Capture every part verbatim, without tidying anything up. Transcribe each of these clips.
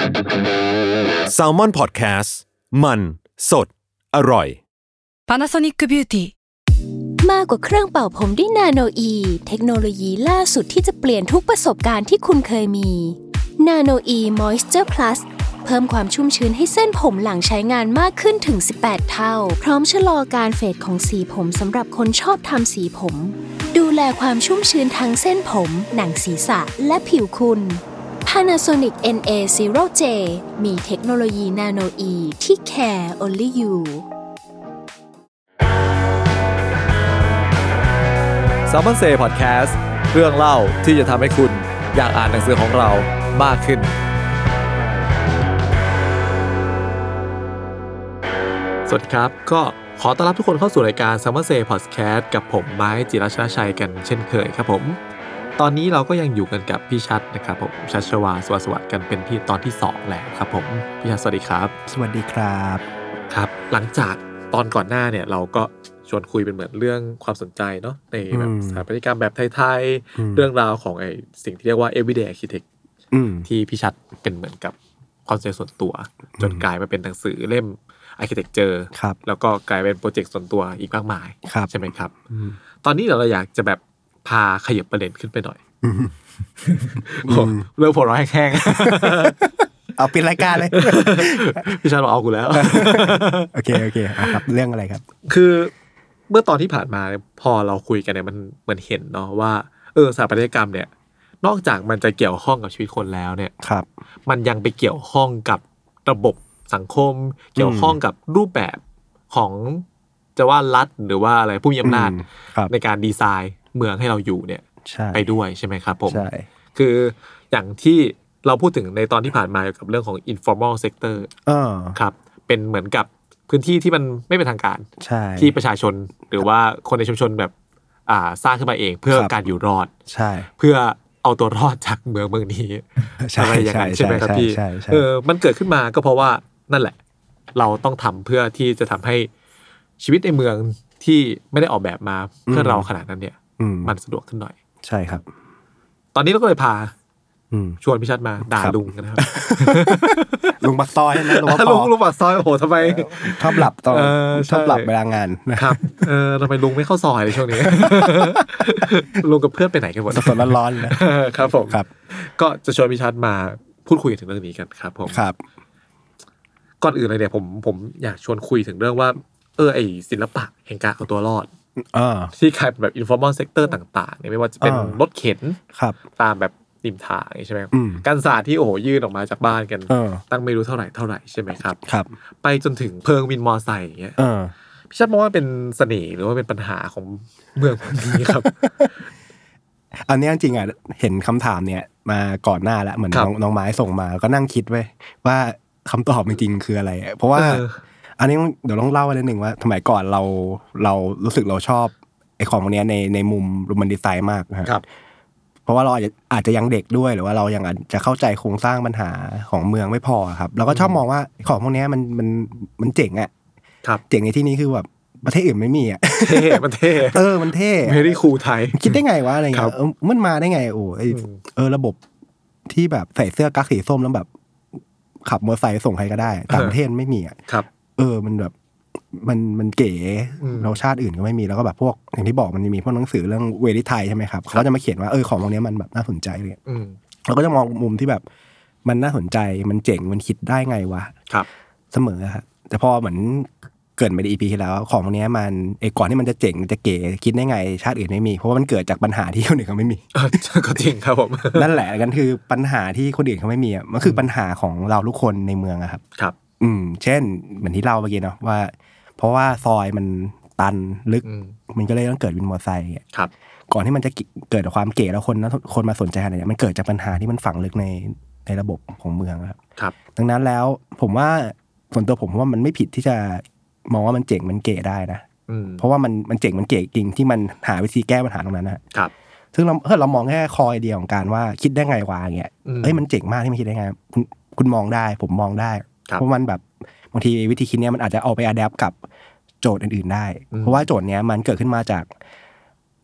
Salmon Podcast มันสดอร่อย Panasonic Beauty มากกว่าเครื่องเป่าผมด้วยนาโนอีเทคโนโลยีล่าสุดที่จะเปลี่ยนทุกประสบการณ์ที่คุณเคยมีนาโนอีมอยส์เจอร์พลัสเพิ่มความชุ่มชื้นให้เส้นผมหลังใช้งานมากขึ้นถึงสิบแปดเท่าพร้อมชะลอการเฟดของสีผมสำหรับคนชอบทำสีผมดูแลความชุ่มชื้นทั้งเส้นผมหนังศีรษะและผิวคุณ Panasonic เอ็น เอ ศูนย์ เจ มีเทคโนโลยีนาโนอีที่ care only you Salmon Say Podcast เรื่องเล่าที่จะทำให้คุณอยากอ่านหนังสือของเรามากขึ้นสวัสดีครับก็ขอต้อนรับทุกคนเข้าสู่รายการ Salmon Say Podcast กับผมไม้จิรชนะชัยกันเช่นเคยครับผมตอนนี้เราก็ยังอยู่กันกับพี่ชัดนะครับผมชัชวาสวัสดิ์กันเป็นที่ตอนที่สองแล้วครับผมพี่ชัดสวัสดีครับสวัสดีครับครับหลังจากตอนก่อนหน้าเนี่ยเราก็ชวนคุยเป็นเหมือนเรื่องความสนใจเนาะในแบบสถาปัตยกรรมแบบไทยๆเรื่องราวของไอ้สิ่งที่เรียกว่า everyday architect ที่พี่ชัดเป็นเหมือนกับความสนใจส่วนตัวจนกลายมาเป็นหนังสือเล่ม architecture แล้วก็กลายเป็นโปรเจกต์ส่วนตัวอีกมากมายใช่ไหมครับตอนนี้เราอยากจะแบบพาขยับประเด็นขึ้นไปหน่อยเรื่องหัวเราะแห้งๆเอาเป็นรายการเลยพี่ชัดบอกเอากูแล้วโอเคโอเคครับเรื่องอะไรครับคือเมื่อตอนที่ผ่านมาพอเราคุยกันเนี่ยมันเหมือนเห็นเนาะว่าเออสถาปัตยกรรมเนี่ยนอกจากมันจะเกี่ยวข้องกับชีวิตคนแล้วเนี่ยครับมันยังไปเกี่ยวข้องกับระบบสังคมเกี่ยวข้องกับรูปแบบของจะว่ารัฐหรือว่าอะไรผู้มีอำนาจในการดีไซน์เมืองให้เราอยู่เนี่ยไปด้วยใช่ไหมครับผมใช่คืออย่างที่เราพูดถึงในตอนที่ผ่านมาเกี่ยวกับเรื่องของ informal sector ครับเป็นเหมือนกับพื้นที่ที่มันไม่เป็นทางการที่ประชาชนหรือว่าคนในชุมชนแบบอ่าสร้างขึ้นมาเองเพื่อการอยู่รอดใช่เพื่อเอาตัวรอดจากเมืองเมืองนี้อะไรอย่างนั้นใช่ไหมครับพี่เออมันเกิดขึ้นมาก็เพราะว่านั่นแหละเราต้องทำเพื่อที่จะทำให้ชีวิตในเมืองที่ไม่ได้ออกแบบมาเพื่อเราขนาดนั้นเนี่ยมันสะดวกขึ้นหน่อยใช่ครับตอนนี้เราก็เลยพาชวนพี่ชัดมาด่าลุงกันนะครับลุงปักซอยนะลุงลุงลุงปักซอยโอ้โหทำไมชอบหลับตอนชอบหลับเวลางานนะครับเออทำไมลุงไม่เข้าซอยในช่วงนี้ลุงกับเพื่อนไปไหนกันหมดสดๆร้อนๆนะครับผมครับก็จะชวนพี่ชัดมาพูดคุยถึงเรื่องนี้กันครับผมครับก่อนอื่นเลยเนี่ยผมผมอยากชวนคุยถึงเรื่องว่าเออไอศิลปะแห่งการเอาตัวรอดที่กลายเป็นแบบ informal sector ต่างๆเนี่ยไม่ว่าจะเป็นรถเข็นตามแบบริมทางใช่ไหมการศาสตร์ที่โอ้โหยื่นออกมาจากบ้านกันตั้งไม่รู้เท่าไหร่เท่าไหร่ใช่ไหมครับไปจนถึงเพิงวินมอไซค์อย่างเงี้ยพี่ชัดมองว่าเป็นเสน่ห์หรือว่าเป็นปัญหาของเมืองนี้ครับอันนี้จริงๆอ่ะเห็นคำถามเนี่ยมาก่อนหน้าแล้วเหมือนน้องไม้ส่งมาก็นั่งคิดไว้ว่าคำตอบจริงๆคืออะไรเพราะว่าอันนี้เดี๋ยวต้องเล่านิดนึงว่าสมัยก่อนเราเรารู้สึกเราชอบไอ้ของพวกนี้ในในมุมโรแมนติไซน์มากครับเพราะว่าเราอาจจะอาจจะยังเด็กด้วยหรือว่าเรายังอาจจะเข้าใจโครงสร้างปัญหาของเมืองไม่พอครับเราก็ชอบมองว่าของพวกนี้มันมันมันเจ๋งอ่ะเจ๋งในที่นี้คือแบบประเทศอื่นไม่มีอ่ะเท่มันเท่เออมันเท่เฮรี่คูไทยคิดได้ไงวะอะไรเงี้ยเออมันมาได้ไงโอ้เออระบบที่แบบใส่เสื้อกั๊กสีส้มแล้วแบบขับมอเตอร์ไซค์ส่งใครก็ได้ต่างประเทศไม่มีอ่ะเออมันแบบมันมันเก๋เราชาติอื่นก็ไม่มีแล้วก็แบบพวกอย่างที่บอกมันมีพวกหนังสือเรื่องเวลิไทยใช่ไหมครับเขาจะมาเขียนว่าเออของพวกนี้มันแบบน่าสนใจเลยเราก็จะมองมุมที่แบบมันน่าสนใจมันเจ๋งมันคิดได้ไงวะเสมอครับแต่พอเหมือนเกิดมาใน อี พี ที่แล้วของพวกนี้มันไอ้ก่อนที่มันจะเจ๋งจะเก๋คิดได้ไงชาติอื่นไม่มีเพราะว่ามันเกิดจากปัญหาที่คนอื่นเขาไม่มีก็จริงครับผมนั่นแหละกันคือปัญหาที่คนอื่นเขาไม่มีอ่ะมันคือปัญหาของเราทุกคนในเมืองอะครับครับอืมเช่นเหมือนที่เล่าเมื่อกี้เนาะว่าเพราะว่าซอยมันตันลึกมันก็เลยต้องเกิดวินมอเตอร์ไซค์ครับก่อนที่มันจะเกิดความเก๋แล้วคนคนมาสนใจอะไรเนี่ยมันเกิดจากปัญหาที่มันฝังลึกในในระบบของเมืองครับครับดังนั้นแล้วผมว่าส่วนตัวผมว่ามันไม่ผิดที่จะมองว่ามันเจ๋งมันเก๋ได้นะเพราะว่ามันมันเจ๋งมันเก๋จริงที่มันหาวิธีแก้ปัญหาตรงนั้นนะครับซึ่งเราเฮ้ยเรามองแค่คอยเดียวของการว่าคิดได้ไงวะอย่างเงี้ยเอ้ยมันเจ๋งมากที่มันคิดได้ไงคุณคุณมองได้ผมมองได้เพราะมันแบบบางทีวิธีคิดเนี้ยมันอาจจะเอาไปอะแดปกับโจทย์อื่นๆได้เพราะว่าโจทย์เนี้ยมันเกิดขึ้นมาจาก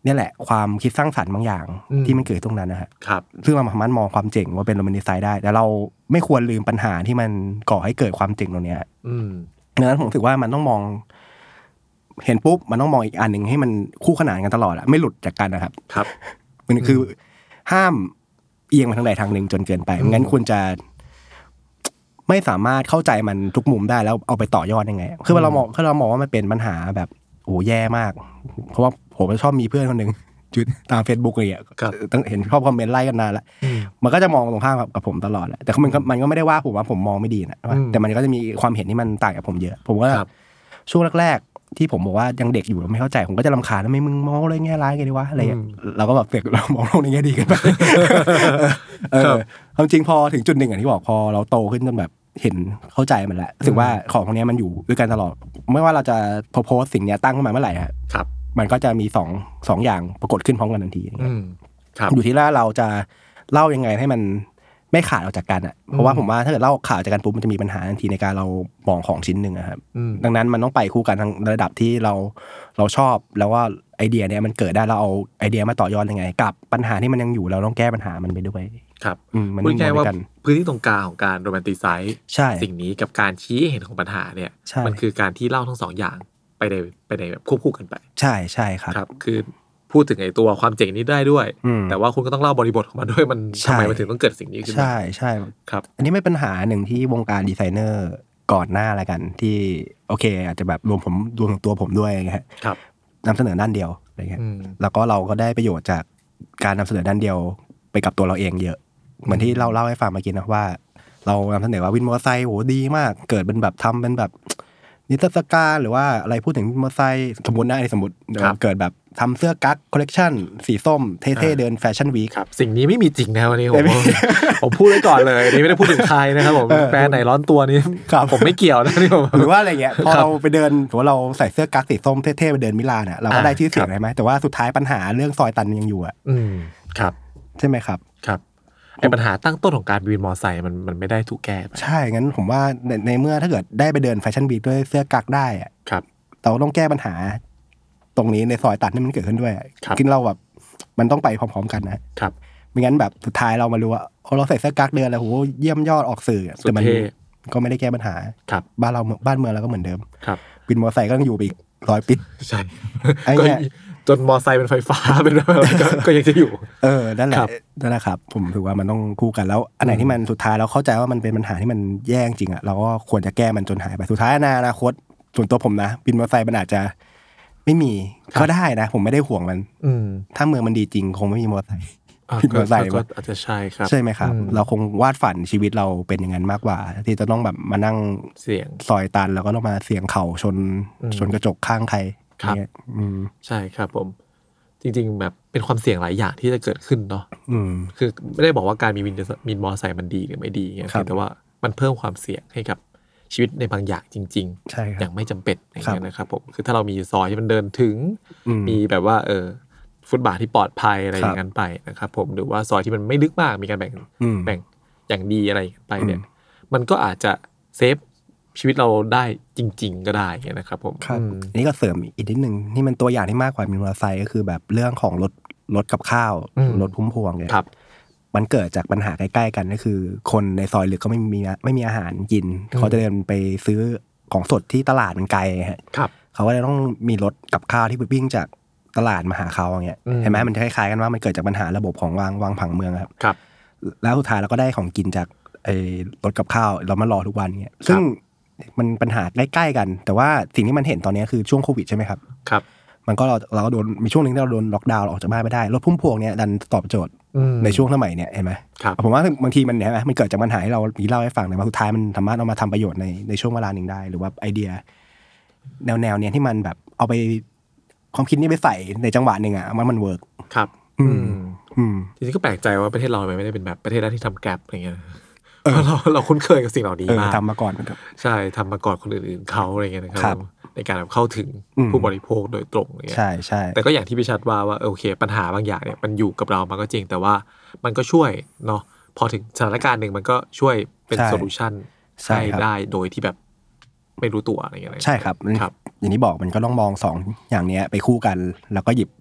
นี่แหละความคิดสร้างสรรค์บางอย่างที่มันเกิดตรงนั้นนะฮะครับซึ่งเราสามารถมองความเจ๋งว่าเป็นโรแมนติไซด์ได้แต่เราไม่ควรลืมปัญหาที่มันก่อให้เกิดความเจ๋งตรงนี้อืมดังนั้นผมรู้สึกว่ามันต้องมองเห็นปุ๊บมันต้องมองอีกอันนึงให้มันคู่ขนานกันตลอดอะไม่หลุดจากกันนะครับครับมันคือห้ามเอียงมาทางใดทางหนึ่งจนเกินไปไม่งั้นคุณจะไม่สามารถเข้าใจมันทุกมุมได้แล้วเอาไปต่อยอดยังไงคือเรามองคือเรามองว่ามันเป็นปัญหาแบบโอ้แย่มากเพราะว่าผมชอบมีเพื่อนคนนึงจุดตาม Facebook อะไรอย่างเงี้ยต้องเห็นชอบคอมเมนต์ไล่กันนานแล้วมันก็จะมองตรงข้ามกับผมตลอดแหละแต่มันก็มันก็ไม่ได้ว่าผมว่าผมมองไม่ดีนะแต่มันก็จะมีความเห็นที่มันต่างกับผมเยอะผมว่าช่วงแรกๆที่ผมบอกว่ายังเด็กอยู่ไม่เข้าใจผมก็จะรำคาญทำไมมึงมองอะไรแง่ร้ายกันดีวะอะไรอย่างเงี้ยเราก็แบบเฟกเรามองโลกในแง่ดีกันไปเออความจริงพอถึงจุดหนึ่งอย่างที่บอกพอเราโตขึ้นจนแบบเห็นเข้าใจมันแล้วรู้สึกว่าของพวกนี้มันอยู่ด้วยกันตลอดไม่ว่าเราจะโพสสิ่งนี้ตั้งขึ้นมาเมื่อไหร่ครับมันก็จะมีสองสองอย่างปรากฏขึ้นพร้อมกันทันทีครับอยู่ที่ว่าเราจะเล่ายังไงให้มันไม่ขาดออกจากกันอ่ะเพราะว่าผมว่าถ้าเกิดเล่าขาดจากกันปุ๊บมันจะมีปัญหาทันทีในการเรามองของชิ้นหนึ่งครับดังนั้นมันต้องไปคู่กันทั้งระดับที่เราเราชอบแล้วว่าไอเดียเนี้ยมันเกิดได้เราเอาไอเดียมาต่อยอดยังไงกับปัญหาที่มันยังอยู่เราต้องแก้ปัญหามันไปด้วยครับมันพูดง่ายว่าพื้นที่ตรงกลางของการโรแมนติไซส์สิ่งนี้กับการชี้เห็นของปัญหาเนี่ยมันคือการที่เล่าทั้งสองอย่างไปในไปในแบบควบคู่กันไปใช่ใช่ครับครับคือพูดถึงไอ้ตัวความเจ๋งนี้ได้ด้วยแต่ว่าคุณก็ต้องเล่าบริบทของมันด้วยมันทำไมมันถึงต้องเกิดสิ่งนี้ขึ้นมาใช่ใช่ครับอันนี้ไม่ปัญหาหนึ่งที่วงการดีไซเนอร์ก่อนหน้าอะไรกันที่โอเคอาจจะแบบรวมผมรวมถึงตัวผมด้วยไงครับนำเสนอด้านเดียวอะไรเงี้ยแล้วก็เราก็ได้ประโยชน์จากการนำเสนอด้านเดียวไปกับตัวเราเองเยอะเหมือนที่เราเล่าให้ฟังเมื่อกี้นะว่าเรานำเสนอว่าวินมอเตอร์ไซค์โหดีมากเกิดเป็นแบบทำเป็นแบบนิทรรศการหรือว่าอะไรพูดถึงมอเตอร์ไซค์สมมตินะไอ้สมมติเกิดแบบทำเสื้อกั๊กคอลเลกชันสีส้มเท่ๆเดินแฟชั่นวีคครับสิ่งนี้ไม่มีจริงนะวันนี้ผมผมพูดไว้ก่อนเลยนี่ไม่ได้พูดถึงใครนะครับผมแบรนด์ไหนร้อนตัวนี้ผมไม่เกี่ยวนะนี่ผมหรือว่าอะไรเงี้ยพอเราไปเดินถือว่าเราใส่เสื้อกั๊กสีส้มเท่ๆไปเดินมิลานเนี่ยเราก็ได้ชื่อเสียงใช่ไหมแต่ว่าสุดท้ายปัญหาเรื่องซอยตันยังอยู่อ่ะอืมครับใช่ไหมครับครับไอ้ปัญหาตั้งต้นของการวินมอไซค์มันมันไม่ได้ถูกแก้ใช่งั้นผมว่าในในเมื่อถ้าเกิดได้ไปเดินแฟชั่นวีคด้วยเสื้อกั๊กได้อ่ะครับเราต้องแก้ปัญหาตรงนี้ในซอยตัดนี่มันเกิดขึ้นด้วยกินเราแบบมันต้องไปพร้อมๆกันนะครับไม่งั้นแบบสุดท้ายเรามารู้ว่าเราใส่เสื้อกั๊กเดินแล้วโหเยี่ยมยอดออกสื่อแต่มันก็ไม่ได้แก้ปัญหาบ้านเราบ้านเมืองเราก็เหมือนเดิมวินมอไซค์ก็ต้องอยู่ไปอีกร้อยปีใช่จนมอไซค์เป็นไฟฟ้าเป็นอะไรก็ยังจะอยู่เออนั่นแหละนั่นแหละครับผมถือว่ามันต้องคู่กันแล้วอันไหนที่มันสุดท้ายเราเข้าใจว่ามันเป็นปัญหาที่มันแย่จริงอ่ะเราก็ควรจะแก้มันจนหายไปสุดท้ายในอนาคตส่วนตัวผมนะวินมอเตอร์ไซค์มันอาจจะไม่มีก็ได้นะผมไม่ได้ห่วงมันถ้าเมืองมันดีจริงคงไม่มีมอเตอร์ไซค์วินมอเตอร์ไซค์ก็อาจจะใช่ครับใช่ไหมครับเราคงวาดฝันชีวิตเราเป็นอย่างนั้นมากกว่าที่จะต้องแบบมานั่งเสี่ยงซอยตันแล้วก็ต้องมาเสี่ยงเข่าชนชนกระจกข้างใครเนี่ยใช่ครับผมจริงๆแบบเป็นความเสี่ยงหลายอย่างที่จะเกิดขึ้นเนาะคือไม่ได้บอกว่าการมีวินมีมอเตอร์ไซค์มันดีหรือไม่ดีแต่ว่ามันเพิ่มความเสี่ยงให้กับชีวิตในบางอย่างจริงๆอย่างไม่จำเป็นอย่างเงี้ยนะครับผมคือถ้าเรามีซอยที่มันเดินถึงมีแบบว่าเออฟุตบาทที่ปลอดภัยอะไรอย่างนั้นไปนะครับผมหรือว่าซอยที่มันไม่ลึกมากมีการแบ่งแบ่งอย่างดีอะไรไปเนี่ยมันก็อาจจะเซฟชีวิตเราได้จริงๆก็ได้เงี้ยนะครับผมครับนี่ก็เสริมอีกนิดนึงนี่มันตัวอย่างที่มากกว่ามีมอเตอร์ไซค์ก็คือแบบเรื่องของรถรถกับข้าวรถพุ่มพวงเนี่ยมันเกิดจากปัญหาใกล้ๆกันก็คือคนในซอยลึกก็ไม่มีไม่มีอาหารกินเขาจะเดินไปซื้อของสดที่ตลาดมันไกลฮะเขาก็เลยต้องมีรถกับข้าวที่ไปวิ่งจากตลาดมาหาเขาอย่างเงี้ยเห็นไหมมันคล้ายๆกันว่ามันเกิดจากปัญหาระบบของวางวางผังเมืองครับแล้วสุดท้ายเราก็ได้ของกินจากไอ้รถกับข้าวเรามารอทุกวันเงี้ยซึ่งมันปัญหาใกล้ๆกันแต่ว่าสิ่งที่มันเห็นตอนนี้คือช่วงโควิดใช่ไหมครับครับมันก็เราเราก็โดนมีช่วงนึงที่เราโดนล็อกดาวน์ออกจากบ้านไม่ได้รถพุ่มพวงเนี่ยดันตอบโจทย์ในช่วงสมัยเนี่ยเห็นไหมผมว่าบางทีมันเนี่ยมันเกิดจากปัญหาที่เรามีเล่าให้ฟังแต่ว่าสุดท้ายมันสามารถเอามาทำประโยชน์ในในช่วงเวลาหนึ่งได้หรือว่าไอเดียแนวแนวเนี้ยที่มันแบบเอาไปความคิดนี้ไปใส่ในจังหวะหนึ่งอ่ะมันมันเวิร์กครับอืมอืมจริงๆก็แปลกใจว่าประเทศเราไม่ได้เป็นแบบประเทศแรกที่ทำแกร็บอะไรเงี้ยเราเราคุ้นเคยกับสิ่งเหล่านี้มากทำมาก่อนครับใช่ทำมาก่อนคนอื่นๆเขาอะไรเงี้ยนะครับในการแบบเข้าถึงผู้บริโภคโดยตรงอะไรเงี้ยใช่ใช่แต่ก็อย่างที่พี่ชัดว่าว่าโอเคปัญหาบางอย่างเนี่ยมันอยู่กับเรามันก็จริงแต่ว่ามันก็ช่วยเนาะพอถึงสถานการณ์หนึ่งมันก็ช่วยเป็นโซลูชันให้ได้โดยที่แบบไม่รู้ตัวอะไรเงี้ยใช่ครับครับอย่างที่บอกมันก็ต้องมองสองอย่างนี้ไปคู่กันแล้วก็หยิบ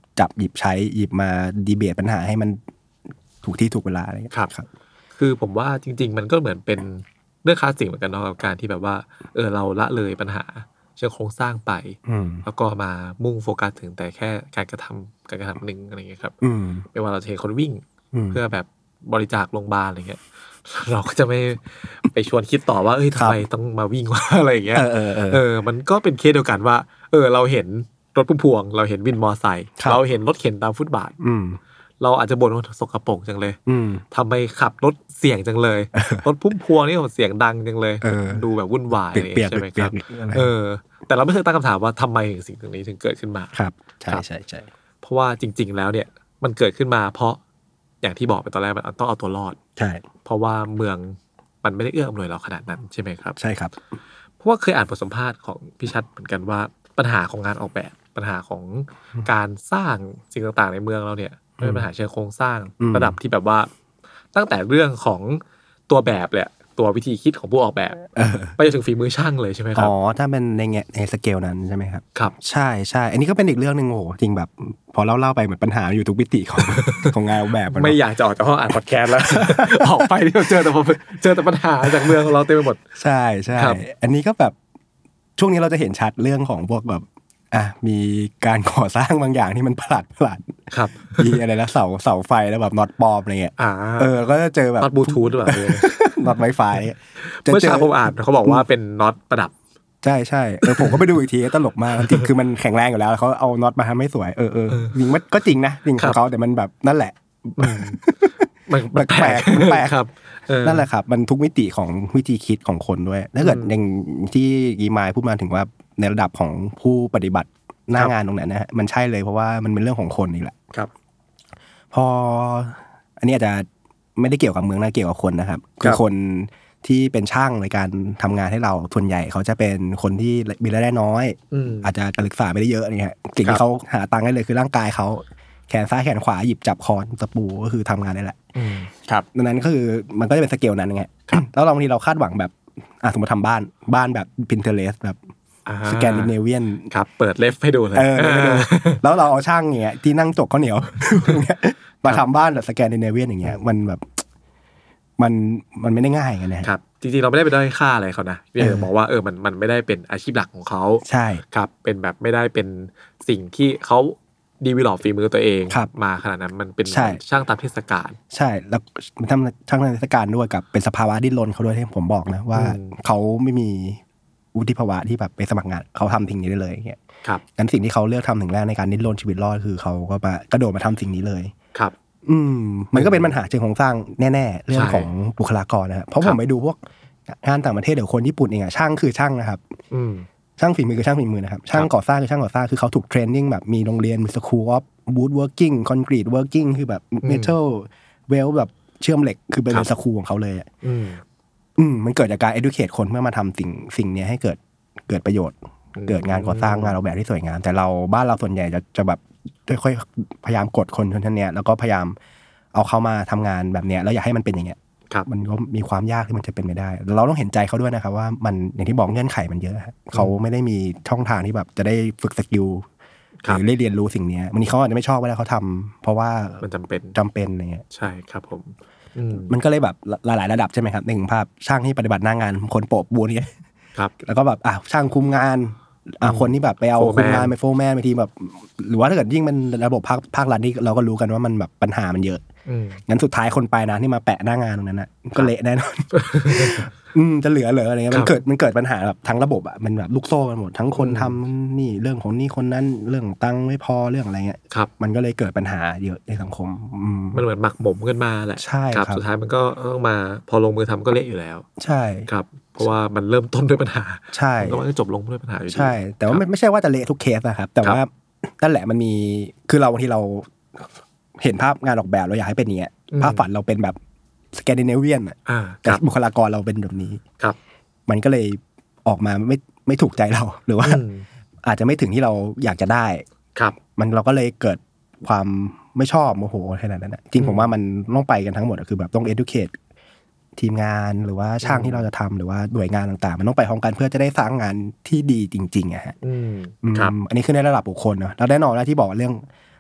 จับหยิบใช้หยิบมาดีเบตปัญหาให้มันถูกที่ถูกเวลาอะไรอย่างเงี้ยครับคือผมว่าจริงๆมันก็เหมือนเป็นเรื่องคลาสสิกเหมือนกันเนาะกับการที่แบบว่าเออเราละเลยปัญหาเชิงโครงสร้างไปแล้วก็มามุ่งโฟกัสถึงแต่แค่การกระทำการกระทำหนึ่งอะไรอย่างเงี้ยครับไม่ว่าเราจะเห็นคนวิ่งเพื่อแบบบริจาคโรงพยาบาลอะไรเงี้ยเราก็จะไม่ไปชวนคิดต่อว่าเอ้ยทำไมต้องมาวิ่งวะอะไรอย่างเงี้ยเออเออมันก็เป็นเคสเดียวกันว่าเออเราเห็นรถพุ่มพวงเราเห็นวินมอไซค์เราเห็นรถเข็นตามฟุตบาทเราอาจจะบ่นว่าสกปรกจังเลยทำไมขับรถเสี่ยงจังเลยรถพุ่มพวงนี่เสียงดังจังเลยดูแบบวุ่นวายใช่ไหมครับเออแต่เราไม่เคยตั้งคำถามว่าทำไมสิ่งตรงนี้ถึงเกิดขึ้นมาครับใช่ใช่ใช่เพราะว่าจริงๆแล้วเนี่ยมันเกิดขึ้นมาเพราะอย่างที่บอกไปตอนแรกมันต้องเอาตัวรอดใช่เพราะว่าเมืองมันไม่ได้เอื้ออำนวยเราขนาดนั้นใช่ไหมครับใช่ครับเพราะว่าเคยอ่านบทสัมภาษณ์ของพี่ชัดเหมือนกันว่าปัญหาของงานออกแบบปัญหาของการสร้างสิ่งต่างๆในเมืองเราเนี่ยเป็นปัญหาเชิงโครงสร้างระดับที่แบบว่าตั้งแต่เรื่องของตัวแบบแหละตัววิธีคิดของผู้ออกแบบไปจนถึงฝีมือช่างเลยใช่ไหมครับอ๋อถ้าเป็นในแง่ในสเกลนั้นใช่ไหมครับครับใช่ใช่อันนี้ก็เป็นอีกเรื่องนึงโอ้จริงแบบพอเล่าเล่าไปเหมือนปัญหาอยู่ทุกมิติของของงานออกแบบไม่อยากจะออกจากห้องอ่านพอดแคสต์แล้วออกไปที่เราเจอแต่เจอแต่ปัญหาจากเมืองของเราเต็มไปหมดใช่ใช่อันนี้ก็แบบช่วงนี้เราจะเห็นชัดเรื่องของพวกแบบอ่ะมีการก่อสร้างบางอย่างที่มันประหลาดประหลาดครับมีอะไรนะเสาเสาไฟแล้วแบบน็อตปลอมอะไรเงี้ยเออก็จะเจอแบบน็อตบลูทูธหรือเปล่าน็อตไวไฟเมื่อเช้าผมอ่านเขาบอกว่าเป็นน็อตประดับใช่ใช่เออผมก็ไปดูอีกทีตลกมากจริงคือมันแข็งแรงอยู่แล้วเขาเอาน็อตมาทำให้สวยเออเออจริงมันก็จริงนะจริงของเขาแต่มันแบบนั่นแหละมันแปลกแปลกครับนั่นแหละครับมันทุกมิติของวิธีคิดของคนด้วยถ้าเกิดอย่างที่กีมายพูดมาถึงว่าในระดับของผู้ปฏิบัติหน้างานตรงนั้นนะฮะมันใช่เลยเพราะว่ามันเป็นเรื่องของคนนี่แหละครับพออันนี้อาจจะไม่ได้เกี่ยวกับเมืองนะเกี่ยวกับคนนะครับคือคนที่เป็นช่างในการทำงานให้เราส่วนใหญ่เขาจะเป็นคนที่มีรายได้น้อยอาจจะการศึกษาไม่ได้เยอะนี่ฮะสิ่งที่เขาหาตังค์ได้เลยคือร่างกายเขาแขนซ้ายแขนขวาหยิบจับคอนตะปูก็คือทำงานได้แหละครับดังนั้นก็คือมันก็จะเป็นสเกลนั้นไงแล้วบางทีเราคาดหวังแบบอ่ะสมมติทำบ้านบ้านแบบ Pinterest แบบสแกนดิเนเวียนครับเปิดเลฟให้ดูเลยเออแล้วเราเอาช่างอย่างเงี้ยที่นั่งจกข้าวเหนียวมาทำบ้านแบบสแกนดิเนเวียนอย่างเงี้ยมันแบบมันมันไม่ได้ง่ายกันนะครับจริงๆเราไม่ได้ไปด้อยค่าอะไรเขานะพี่เอ๋บอกว่าเออมันมันไม่ได้เป็นอาชีพหลักของเขาใช่ครับเป็นแบบไม่ได้เป็นสิ่งที่เขาดีวิลอปฝีมือตัวเองมาขนาดนั้นมันเป็นช่างตามเทศกาลใช่แล้วมันทำช่างตามเทศกาลด้วยกับเป็นสภาวะดิ้นรนเขาด้วยที่ผมบอกนะว่าเขาไม่มีวุฒิภาวะที่แบบไปสมัครงานเขาทำสิ่งนี้ได้เลยเงี้ยครับงั้นสิ่งที่เขาเลือกทำถึงแรกในการดิ้นรนชีวิตรอดคือเขาก็มากระโดดมาทำสิ่งนี้เลยครับอืมมันก็เป็นปัญหาเชิงโครงสร้างแน่ๆเรื่องของบุคลากรนะครับเพราะผมไปดูพวกงานต่างประเทศเดี๋ยวคนญี่ปุ่นเองอะช่างคือช่างนะครับช่างฝีมือคือช่างฝีมือนะครับช่างก่อสร้างคือช่างก่อสร้างคือเขาถูกเทรนนิ่งแบบมีโรงเรียนมีสคูลออฟวูดเวิร์กิ่งคอนกรีตเวิร์กิ่งคือแบบเมทัลเวลแบบเชื่อมเหล็กคือเป็นสคูลของเขาเลยอืมอืมมันเกิดจากการ educate คนเมื่อมาทำสิ่งสิ่งนี้ให้เกิดเกิดประโยชน์เกิดงานก่อสร้างงานออกแบบที่สวยงามแต่เราบ้านเราส่วนใหญ่จะจะแบบค่อยๆพยายามกดคนชนชั้นเนี้ยแล้วก็พยายามเอาเข้ามาทำงานแบบเนี้ยแล้วอยากให้มันเป็นอย่างเงี้ยมันก็มีความยากที่มันจะเป็นไม่ได้เราต้องเห็นใจเขาด้วยนะครับว่ามันอย่างที่บอกเงื่อนไขมันเยอะเขาไม่ได้มีช่องทางที่แบบจะได้ฝึกสกิลหรือได้เรียนรู้สิ่งนี้วันนี้เขาอาจจะไม่ชอบเวลาเขาทำเพราะว่ามันจำเป็นจำเป็นอะไรเงี้ยใช่ครับผมมันก็เลยแบบหลายๆระดับใช่ไหมครับในหนึ่งภาพช่างที่ปฏิบัติหน้างานคนโปะบูนี่ครับแล้วก็แบบอ่ะช่างคุมงานอ่ะคนที่แบบไปเอาคุมงานไปโฟร์แมนบางทีแบบหรือว่าถ้าเกิดยิ่งมันระบบภาคภาครัฐนี่เราก็รู้กันว่ามันแบบปัญหามันเยอะงั้นสุดท้ายคนปลายน้ำที่มาแปะหน้างานตรงนั้นน่ะก็เละแน่นอนอืมจะเหลือเหลืออะไรเงี้ยมันเกิดมันเกิดปัญหาแบบทั้งระบบอ่ะมันแบบลูกโซ่กันหมดทั้งคนทำนี่เรื่องของนี่คนนั้นเรื่องตังค์ไม่พอเรื่องอะไรเงี้ยมันก็เลยเกิดปัญหาเยอะในสังคมมันเหมือนหมักหมมกันมาแหละใช่ครับสุดท้ายมันก็ต้องมาพอลงมือทำก็เละอยู่แล้วใช่ครับเพราะว่ามันเริ่มต้นด้วยปัญหาใช่ก็มันจบลงด้วยปัญหาอยู่ดีใช่แต่ว่าไม่ใช่ว่าจะเละทุกเคสนะครับแต่ว่านั่นแหละมันมีคือเราบางทีเราเห็นภาพงานออกแบบเราอยากให้เป็นอย่างเงี้ยภาพฝันเราเป็นแบบสแกนดิเนเวียนอ่ะแต่บุคลากรเราเป็นแบบนี้ครับมันก็เลยออกมาไม่ไม่ถูกใจเราหรือว่าอาจจะไม่ถึงที่เราอยากจะได้ครับมันเราก็เลยเกิดความไม่ชอบโมโหขนาดนั้นนะจริงผมว่ามันต้องไปกันทั้งหมดคือแบบต้อง educate ทีมงานหรือว่าช่างที่เราจะทำหรือว่าหน่วยงานต่างๆมันต้องไปพร้อมกันเพื่อจะได้สร้างงานที่ดีจริงๆอะฮะอันนี้คือในระดับบุคคลเนาะแล้วแน่นอนแล้วที่บอกเรื่อง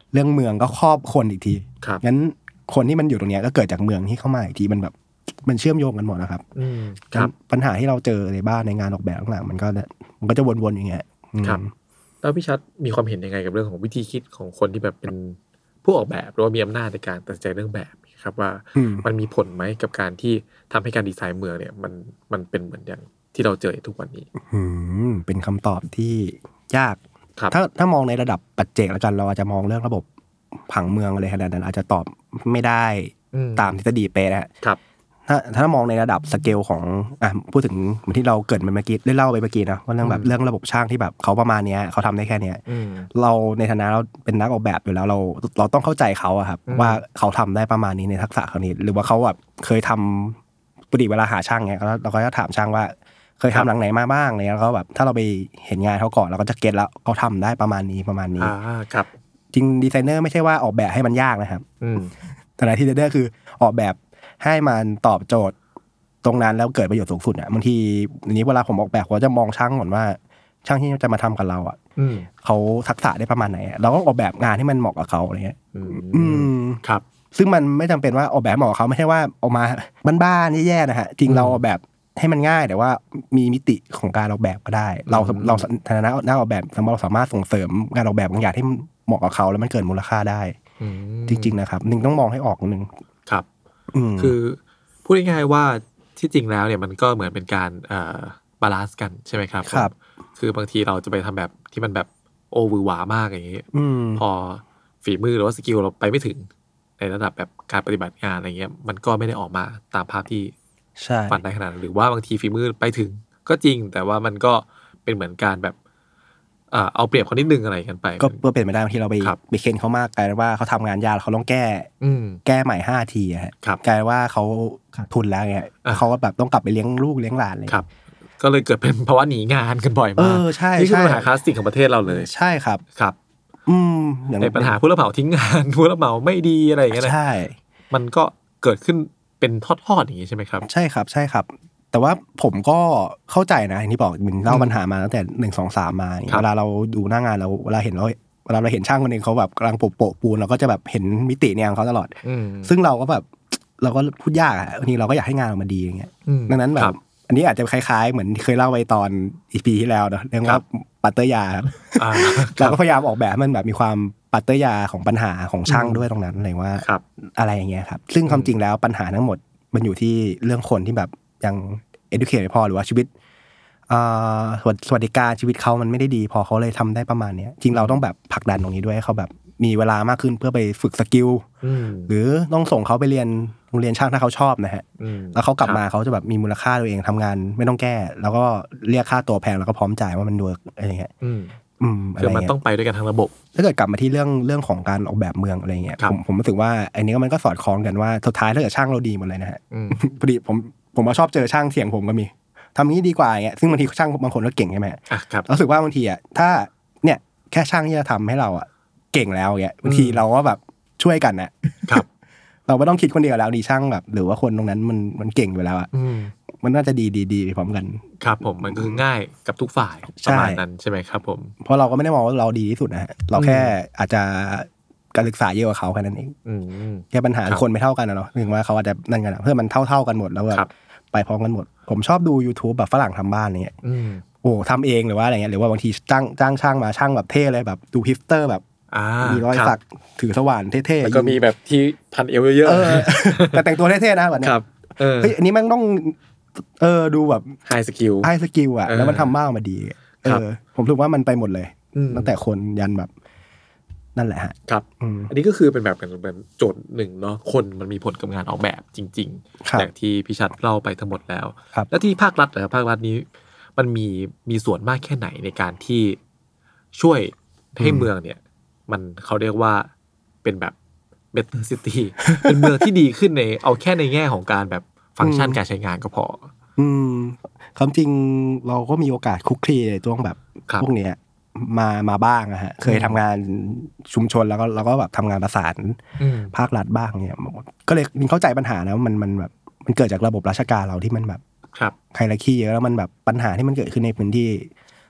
เรื่องเมืองก็ครอบคนอีกทีงั้นคนที่มันอยู่ตรงเนี้ยก็เกิดจากเมืองที่เข้ามาอีกทีมันแบบมันเชื่อมโยงกันหมดนะครับปัญหาที่เราเจอในบ้านในงานออกแบบต่างๆมันก็มันก็จะวนๆอย่างเงี้ยครับแล้วพี่ชัดมีความเห็นยังไงกับเรื่องของวิธีคิดของคนที่แบบเป็นผู้ออกแบบหรือว่ามีอำนาจในการตัดสินใจเรื่องแบบครับว่ามันมีผลไหมกับการที่ทำให้การดีไซน์เมืองเนี่ยมันมันเป็นเหมือนอย่างที่เราเจอทุกวันนี้เป็นคำตอบที่ยากถ้าถ้ามองในระดับปัจเจกแล้วกันเราอาจจะมองเรื่องระบบผังเมืองอะไรขนาดนั้นอาจจะตอบไม่ได้ตามทฤษฎีเป๊ะนะครับถ้าถ้ามองในระดับสเกลของอ่ะพูดถึงเหมือนที่เราเกิดมาเมื่อกี้ได้เล่าไปเมื่อกี้นะว่าเรื่องแบบเรื่องระบบช่างที่แบบเขาประมาณนี้เขาทำได้แค่นี้เราในฐานะเราเป็นนักออกแบบอยู่แล้วเราเราต้องเข้าใจเขาอะครับว่าเขาทำได้ประมาณนี้ในทักษะเขานี้หรือว่าเขาแบบเคยทำปกติเวลาหาช่างเนี้ยเราก็จะถามช่างว่าเคยทำหลังไหนมาบ้างเนี่ยแล้วก็แบบถ้าเราไปเห็นงานเขาก่อนเราก็จะเก็ตแล้วเขาทำได้ประมาณนี้ประมาณนี้อ่าครับจริงดีไซเนอร์ไม่ใช่ว่าออกแบบให้มันยากนะครับแต่ในที่ดีไซเนอร์คือออกแบบให้มันตอบโจทย์ตรงนั้นแล้วเกิดประโยชน์สูงสุดอ่ะบางทีอันนี้เวลาผมออกแบบผมจะมองช่างก่อนว่าช่างที่จะมาทำกับเราอ่ะเขาทักษะได้ประมาณไหนเราต้องออกแบบงานให้มันเหมาะกับเขาอะไรเงี้ยอืมครับซึ่งมันไม่จำเป็นว่าออกแบบเหมาะกับเขาไม่ใช่ว่าออกมาบ้านๆแย่ๆนะฮะจริงเราออกแบบให้มันง่ายแต่ว่ามีมิติของการออกแบบก็ได้เราเราฐานะนักออกแบบเราสามารถส่งเสริมงานออกแบบบางอย่างที่เหมาะกับเขาแล้วมันเกิดมูลค่าได้จริงๆนะครับนึงต้องมองให้ออกนึงครับคือพูดง่ายๆว่าที่จริงแล้วเนี่ยมันก็เหมือนเป็นการเอ่อบาลานซ์กันใช่ไหมครับครับคือบางทีเราจะไปทำแบบที่มันแบบโอวือหวามากอย่างนี้พอฝีมือหรือว่าสกิลเราไปไม่ถึงในระดับแบบการปฏิบัติงานอะไรเงี้ยมันก็ไม่ได้ออกมาตามภาพที่ฝันได้ขนาดหรือว่าบางทีฝีมือไปถึงก็จริงแต่ว่ามันก็เป็นเหมือนการแบบเอาเปรียบเขานิดนึงอะไรกันไปก็เพื่อเป็นไม่ได้บางทีเราไปไปเค้นเขามากกลายว่าเขาทำงานยากเขาต้องแก้แก้ใหม่ห้าทีฮะกลายว่าเขาขาดทุนแล้วเงี้ยเขาก็แบบต้องกลับไปเลี้ยงลูกเลี้ยงหลานเลยก็เลยเกิดเป็นภาวะหนีงานกันบ่อยมากนี่คือปัญหาคลาสสิกของประเทศเราเลยใช่ครับครับอืมในปัญหาผู้รับเหมาทิ้งงานผู้รับเหมาไม่ดีอะไรอย่างเงี้ยใช่มันก็เกิดขึ้นเป็นทอดๆอย่างงี้ใช่ไหมครับใช่ครับใช่ครับแต่ว่าผมก็เข้าใจนะอย่างที่บอกมันเล่าปัญหามาตั้งแต่หนึ่งสองสามมาเวลาเราดูหน้างานเราเวลาเห็นเราเวลาเราเห็นช่างคนนึงเขาแบบกำลังโปะโปะปูนเราก็จะแบบเห็นมิติเนี่ยของเขาตลอดซึ่งเราก็แบบเราก็พูดยากอ่ะบางทีเราก็อยากให้งานออกมาดีอย่างเงี้ยดังนั้นแบบอันนี้อาจจะคล้ายๆเหมือนเคยเล่าไปตอนอีพีที่แล้วเนาะเรื่องว่าปัตเตอร์ยาครับเราก็พยายามออกแบบมันแบบมีความปัตเตอร์ยาของปัญหาของช่างด้วยตรงนั้นอะไรว่าอะไรอย่างเงี้ยครับซึ่งความจริงแล้วปัญหาทั้งหมดมันอยู่ที่เรื่องคนที่แบบยังeducate ไม่พอหรือว่าชีวิตสวัสดิการชีวิตเขามันไม่ได้ดีพอเขาเลยทำได้ประมาณนี้จริงเราต้องแบบผลักดันตรงนี้ด้วยให้เขาแบบมีเวลามากขึ้นเพื่อไปฝึกสกิลหรือต้องส่งเขาไปเรียนโรงเรียนช่างถ้าเขาชอบนะฮะแล้วเขากลับมาเขาจะแบบมีมูลค่าตัวเองทำงานไม่ต้องแก้แล้วก็เรียกค่าตัวแพงแล้วก็พร้อมจ่ายว่ามันเวิร์กอะไรเงี้ยคือมันต้องไปด้วยกันทั้งระบบถ้าเกิดกลับมาที่เรื่องเรื่องของการออกแบบเมืองอะไรเงี้ยผมผมรู้สึกว่าอันนี้ก็มันก็สอดคล้องกันว่าสุดท้ายถ้าเกิดช่างเราดีหมดเลยนะฮะพอดีผมผมมาชอบเจอช่างเสียงผมก็มีทำนี้ดีกว่าอย่างเงี้ยซึ่งบางทีช่างบางคนก็เก่งใช่ไหมรู้สึกว่าบางทีอ่ะถ้าเนี่ยแค่ช่างที่จะทำให้เราอ่ะเก่งแล้วอย่างเงี้ยบางทีเราก็แบบช่วยกันนะครับเราไม่ต้องคิดคนเดียวแล้วดีช่างแบบหรือว่าคนตรงนั้นมันมันเก่งอยู่แล้วอ่ะมันน่าจะดีดีดีพร้อมกันครับผมมันคือง่ายกับทุกฝ่ายประมาณนั้นใช่ไหมครับผมเพราะเราก็ไม่ได้มองว่าเราดีที่สุดนะฮะเราแค่อาจจะการศึกษาเยอะกว่าเขาแค่นั้นเองแค่ปัญหาคนไม่เท่ากันนะเนาะถึงว่าเขาอาจจะนั่นกันเพื่อมันเท่าๆกันหมดแล้วแบบไปพร้อมกันหมดผมชอบดู YouTube แบบฝรั่งทำบ้านอะไรเงี้ยโอ้ทำเองหรือว่าอะไรเงี้ยหรือว่าบางทีจ้างจ้างช่างมาช่างแบบเท่เลยแบบดูฮิปสเตอร์แบบมีรอยสักถือสว่านเท่ๆแล้วก็มีแบบที่พันเอวเยอะๆแต่แต่งตัวเท่ๆนะแบบเนี้ยเฮ้ยอันนี้แม่งต้องเออดูแบบไฮสกิลไฮสกิลอ่ะแล้วมันทำบ้างมาดีเออผมรู้ว่ามันไปหมดเลยตั้งแต่คนยันแบบนั่นแหละฮะครับอันนี้ก็คือเป็นแบบเป็นโจทย์หนึ่งเนาะคนมันมีผลกับงานออกแบบจริงๆอย่างที่พี่ชัดเล่าไปทั้งหมดแล้วแล้วที่ภาครัฐเหรอภาครัฐนี้มันมีมีส่วนมากแค่ไหนในการที่ช่วยให้เมืองเนี่ยมันเขาเรียกว่าเป็นแบบ better city เป็นเมืองที่ดีขึ้นในเอาแค่ในแง่ของการแบบฟังก์ชันการใช้งานก็พออืมความจริงเราก็มีโอกาสคุกคีในตัวแบบพวกเนี้ยมามาบ้างอะฮะเคยทำงานชุมชนแล้วก็เราก็แบบทำงานประสานภาครัฐบ้างเนี่ยก็เลยเข้าใจปัญหานะมันมันแบบมันเกิดจากระบบราชการเราที่มันแบบไฮรักีเยอะแล้วมันแบบปัญหาที่มันเกิดขึ้นในพื้นที่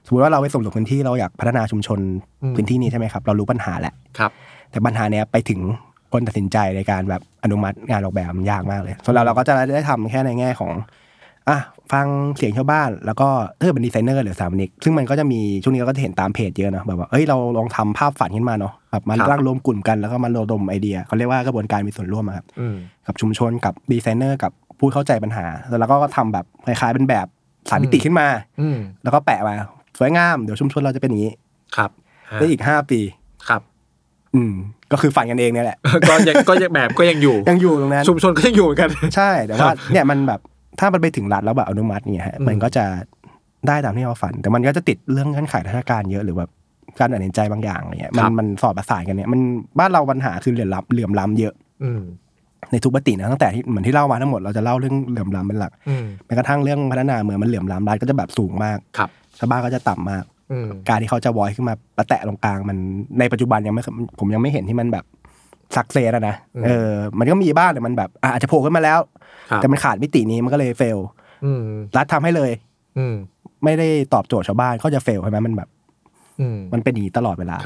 สมมติว่าเราไปสำรวจพื้นที่เราอยากพัฒนาชุมชนพื้นที่นี้ใช่ไหมครับเรารู้ปัญหาแหละครับแต่ปัญหาเนี้ยไปถึงคนตัดสินใจในการแบบอนุมัติงานออกแบบมันยากมากเลยส่วนเราเราก็จะได้ทำแค่ในแง่ของอ่ะฟังเสียงชาวบ้านแล้วก็เออเป็นดีไซเนอร์หรือสถาปนิกซึ่งมันก็จะมีช่วงนี้เราก็จะเห็นตามเพจเยอะนะแบบว่าเอ้ยเราลองทำภาพฝันขึ้นมาเนาะแบบมันร่างรวมกลุ่มกันแล้วก็มันระดมไอเดียเขาเรียกว่ากระบวนการมีส่วนร่วมครับกับชุมชนกับดีไซเนอร์กับผู้เข้าใจปัญหาแล้วก็ทำแบบคล้ายๆเป็นแบบสามมิติขึ้นมาแล้วก็แปะมาสวยงามเดี๋ยวชุมชนเราจะเป็นอย่างนี้ครับได้อีกห้าปีครับอืมก็คือฝันกันเองเนี่ยแหละก็ยังก็ยังแบบก็ยังอยู่ยังอยู่ตรงนั้นชุมชนก็ยังอยู่กันใช่แต่ว่าเนี่ยมันแบบถ้ามันไปถึงรัฐแล้วแบบอนุมัติเนี่ยฮะมันก็จะได้ตามที่เราฝันแต่มันก็จะติดเรื่องเงื่อนไขทางการเยอะหรือแบบการตัดสินใจบางอย่างอะไรเงี้ยมันมันสอบประสานกันเนี่ยมันบ้านเราปัญหาคือเหลื่อมล้ำเหลื่อมล้ำเยอะในทุกมิตินะตั้งแต่ที่เหมือนที่เล่ามาทั้งหมดเราจะเล่าเรื่องเหลื่อมล้ำเป็นหลักแม้กระทั่งเรื่องพัฒนาเมืองมันเหลื่อมล้ำรัฐก็จะแบบสูงมากชาวบ้านก็จะต่ำมากการที่เขาจะวอยขึ้นมาประแตะตรงกลางมันในปัจจุบันยังไม่ผมยังไม่เห็นที่มันแบบซักเซสนะเออมันก็มีบ้างแต่มันแบบอาจจะโผล่ขึ้นมาแล้วแต่มันขาดมิตินี้มันก็เลยเฟลรัฐทำให้เลยไม่ได้ตอบโจทย์ชาวบ้านก็จะเฟลใช่ไหมมันแบบมันเป็นอย่างนี้ตลอดเวลา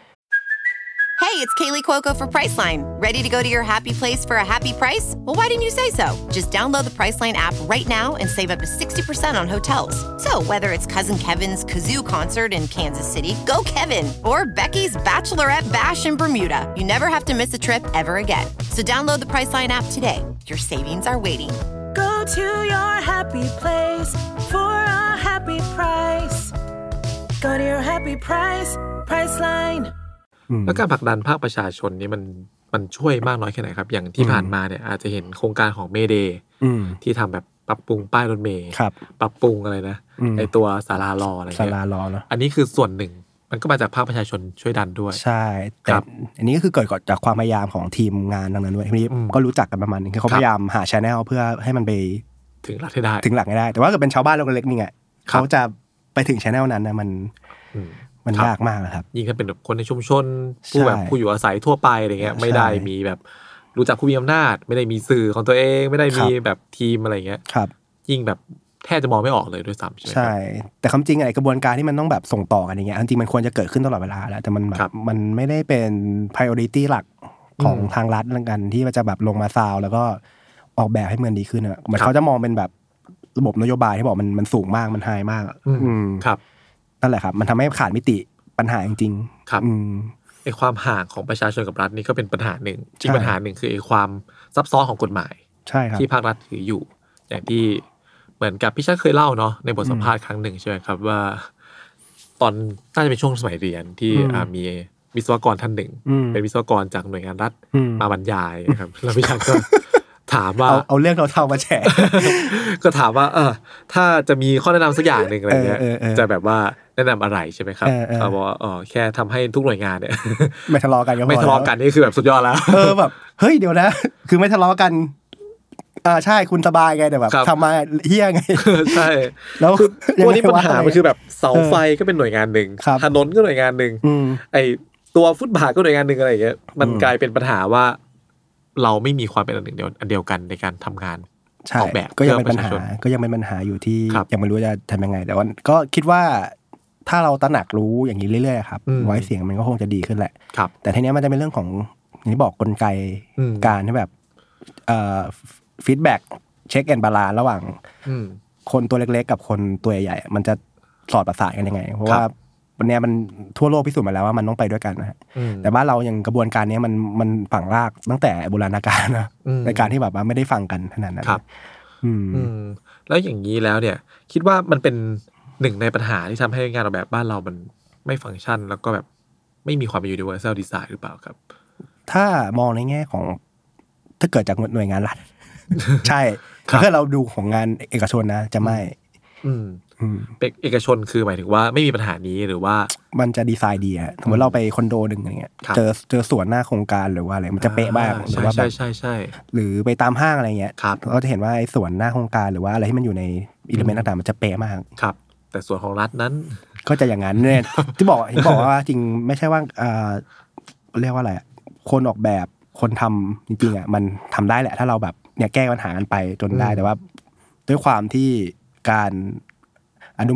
Hey, it's Kaylee Cuoco for Priceline. Ready to go to your happy place for a happy price? Well, why didn't you say so? Just download the Priceline app right now and save up to sixty percent on hotels. So whether it's Cousin Kevin's Kazoo Concert in Kansas City, go Kevin, or Becky's Bachelorette Bash in Bermuda, you never have to miss a trip ever again. So download the Priceline app today. Your savings are waiting. Go to your happy place for a happy price. Go to your happy price, Priceline. แล้วการผลักดันภาคประชาชนนี่มันมันช่วยมากน้อยแค่ไหนครับอย่างที่ผ่านมาเนี่ยอาจจะเห็นโครงการของเมเดย์ที่ทำแบบปรับปรุงป้ายรถเมล์ปรับปรุงอะไรนะไอตัวศาลารออะไรเงี้ยศาลารอเนาะอันนี้คือส่วนหนึ่งมันก็มาจากภาคประชาชนช่วยดันด้วยใช่แต่อันนี้ก็คือเกิดจากความพยายามของทีมงานทั้งนั้นด้วยทีนี้ก็รู้จักกันประมาณนึงคือเขาพยายามหา channel เพื่อให้มันไปถึงหลักให้ได้ถึงหลักให้ได้แต่ว่าเกิดเป็นชาวบ้านเล็กๆนี่ไงเขาจะไปถึง channel นั้นนะมันมันยากมากนะครับยิ่งถ้าเป็นแบบคนในชุมชนผู้แบบผู้อยู่อาศัยทั่วไปอะไรเงี้ยไม่ได้มีแบบรู้จักผู้มีอำนาจไม่ได้มีสื่อของตัวเองไม่ได้มีแบบทีมอะไรเงี้ยยิ่งแบบแทบจะมองไม่ออกเลยด้วยซ้ำใช่ไหมใช่แต่คำจริงไอ้กระบวนการที่มันต้องแบบส่งต่อกันอย่างเงี้ยจริงมันควรจะเกิดขึ้นตลอดเวลาแล้วแต่มันแบบมันไม่ได้เป็น priority หลักของทางรัฐเหมือนกันที่จะแบบลงมาซาวแล้วก็ออกแบบให้เมืองดีขึ้นอ่ะเหมือนเขาจะมองเป็นแบบระบบนโยบายที่บอกมันมันสูงมากมันไฮมากอืมครับนั่นแหละครับมันทำให้ขาดมิติปัญหาจริงๆครับไอ้ความห่างของประชาชนกับรัฐนี่ก็เป็นปัญหาหนึ่งจริงปัญหาหนึ่งคือไอ้ความซับซ้อนของกฎหมายใช่ครับที่ภาครัฐถืออยู่อย่างที่เหมือนกับพี่ชาติเคยเล่าเนาะในบทสัมภาษณ์ครั้งหนึ่งใช่ไหมครับว่าตอนน่าจะเป็นช่วงสมัยเรียนที่มีวิศวกรท่านหนึ่งเป็นวิศวกรจากหน่วยงานรัฐมาบรรยายนะครับแล้วพี่ชาติก็ถามว่าเอาเรื่องเราเท่ามาแชร์ก็ถามว่าเออถ้าจะมีข้อแนะนำสักอย่างหนึ่งอะไรเงี้ยจะแบบว่าแนะนำอะไรใช่ไหมครับเขาบอกว่าอ๋อแค่ทำให้ทุกหน่วยงานเนี่ยไม่ทะเลาะกันก็พอไม่ทะเลาะกันนี่คือแบบสุดยอดแล้วเออแบบเฮ้ยเดี๋ยวนะคือไม่ทะเลาะกันอ่าใช่คุณสบายไงแต่แบบทำมาเฮี้ยไงใช่แล้ววันนี้ปัญหามันคือแบบเสาไฟก็เป็นหน่วยงานหนึ่งถนนก็หน่วยงานหนึ่งไอตัวฟุตบาทก็หน่วยงานหนึ่งอะไรอย่างเงี้ยมันกลายเป็นปัญหาว่าเราไม่มีความเป็นอันหนึ่งเดียวอันเดียวกันในการทำงานออกแบบก็ยังเป็นปัญหาก็ยังเป็นปัญหาอยู่ที่ยังไม่รู้จะทำยังไงแต่ว่าก็คิดว่าถ้าเราตระหนักรู้อย่างนี้เรื่อยๆครับไว้เสียงมันก็คงจะดีขึ้นแหละแต่ทีนี้มันจะเป็นเรื่องของอย่างที่บอกกลไกการที่แบบเอ่อฟีดแบ็กเช็คแอนด์บาลานซ์ระหว่างคนตัวเล็กๆกับคนตัวใหญ่ๆมันจะสอดประสานกันยังไงเพราะว่าวันนี้มันทั่วโลกพิสูจน์มาแล้วว่ามันต้องไปด้วยกันนะฮะแต่บ้านเรายังกระบวนการนี้มันมันฝังรากตั้งแต่โบราณกาลนะในการที่แบบว่าไม่ได้ฟังกันขนาดนั้นครับแล้วอย่างนี้แล้วเนี่ยคิดว่ามันเป็นหนึ่งในปัญหาที่ทำให้งานออกแบบบ้านเรามันไม่ฟังก์ชันแล้วก็แบบไม่มีความเป็น universal design หรือเปล่าครับถ้ามองในแง่ของถ้าเกิดจากหน่วยงานรัฐใช่ถ้าเราดูของงานเอกชนนะจะไม่เป็นเอกชนคือหมายถึงว่าไม่มีปัญหานี้หรือว่ามันจะดีไซน์ดีอะสมมติเราไปคอนโดหนึ่งอย่างเงี้ยเจอเจอสวนหน้าโครงการหรือว่าอะไรมันจะเป๊ะมากหรือว่าแบบใช่ใช่หรือไปตามห้างอะไรเงี้ยเราจะเห็นว่าไอ้สวนหน้าโครงการหรือว่าอะไรที่มันอยู่ในอิเลเมนต์ต่างๆมันจะเป๊ะมากครับแต่ส่วนของรัฐนั้นก็จะอย่างนั้นเนี่ยที่บอกที่บอกว่าจริงไม่ใช่ว่าเรียกว่าอะไรคนออกแบบคนทำจริงๆอ่ะมันทำได้แหละถ้าเราแบบเนี่ยแก้ปัญหากันไปจนได้แต่ว่าด้วยความที่การอนุมัติ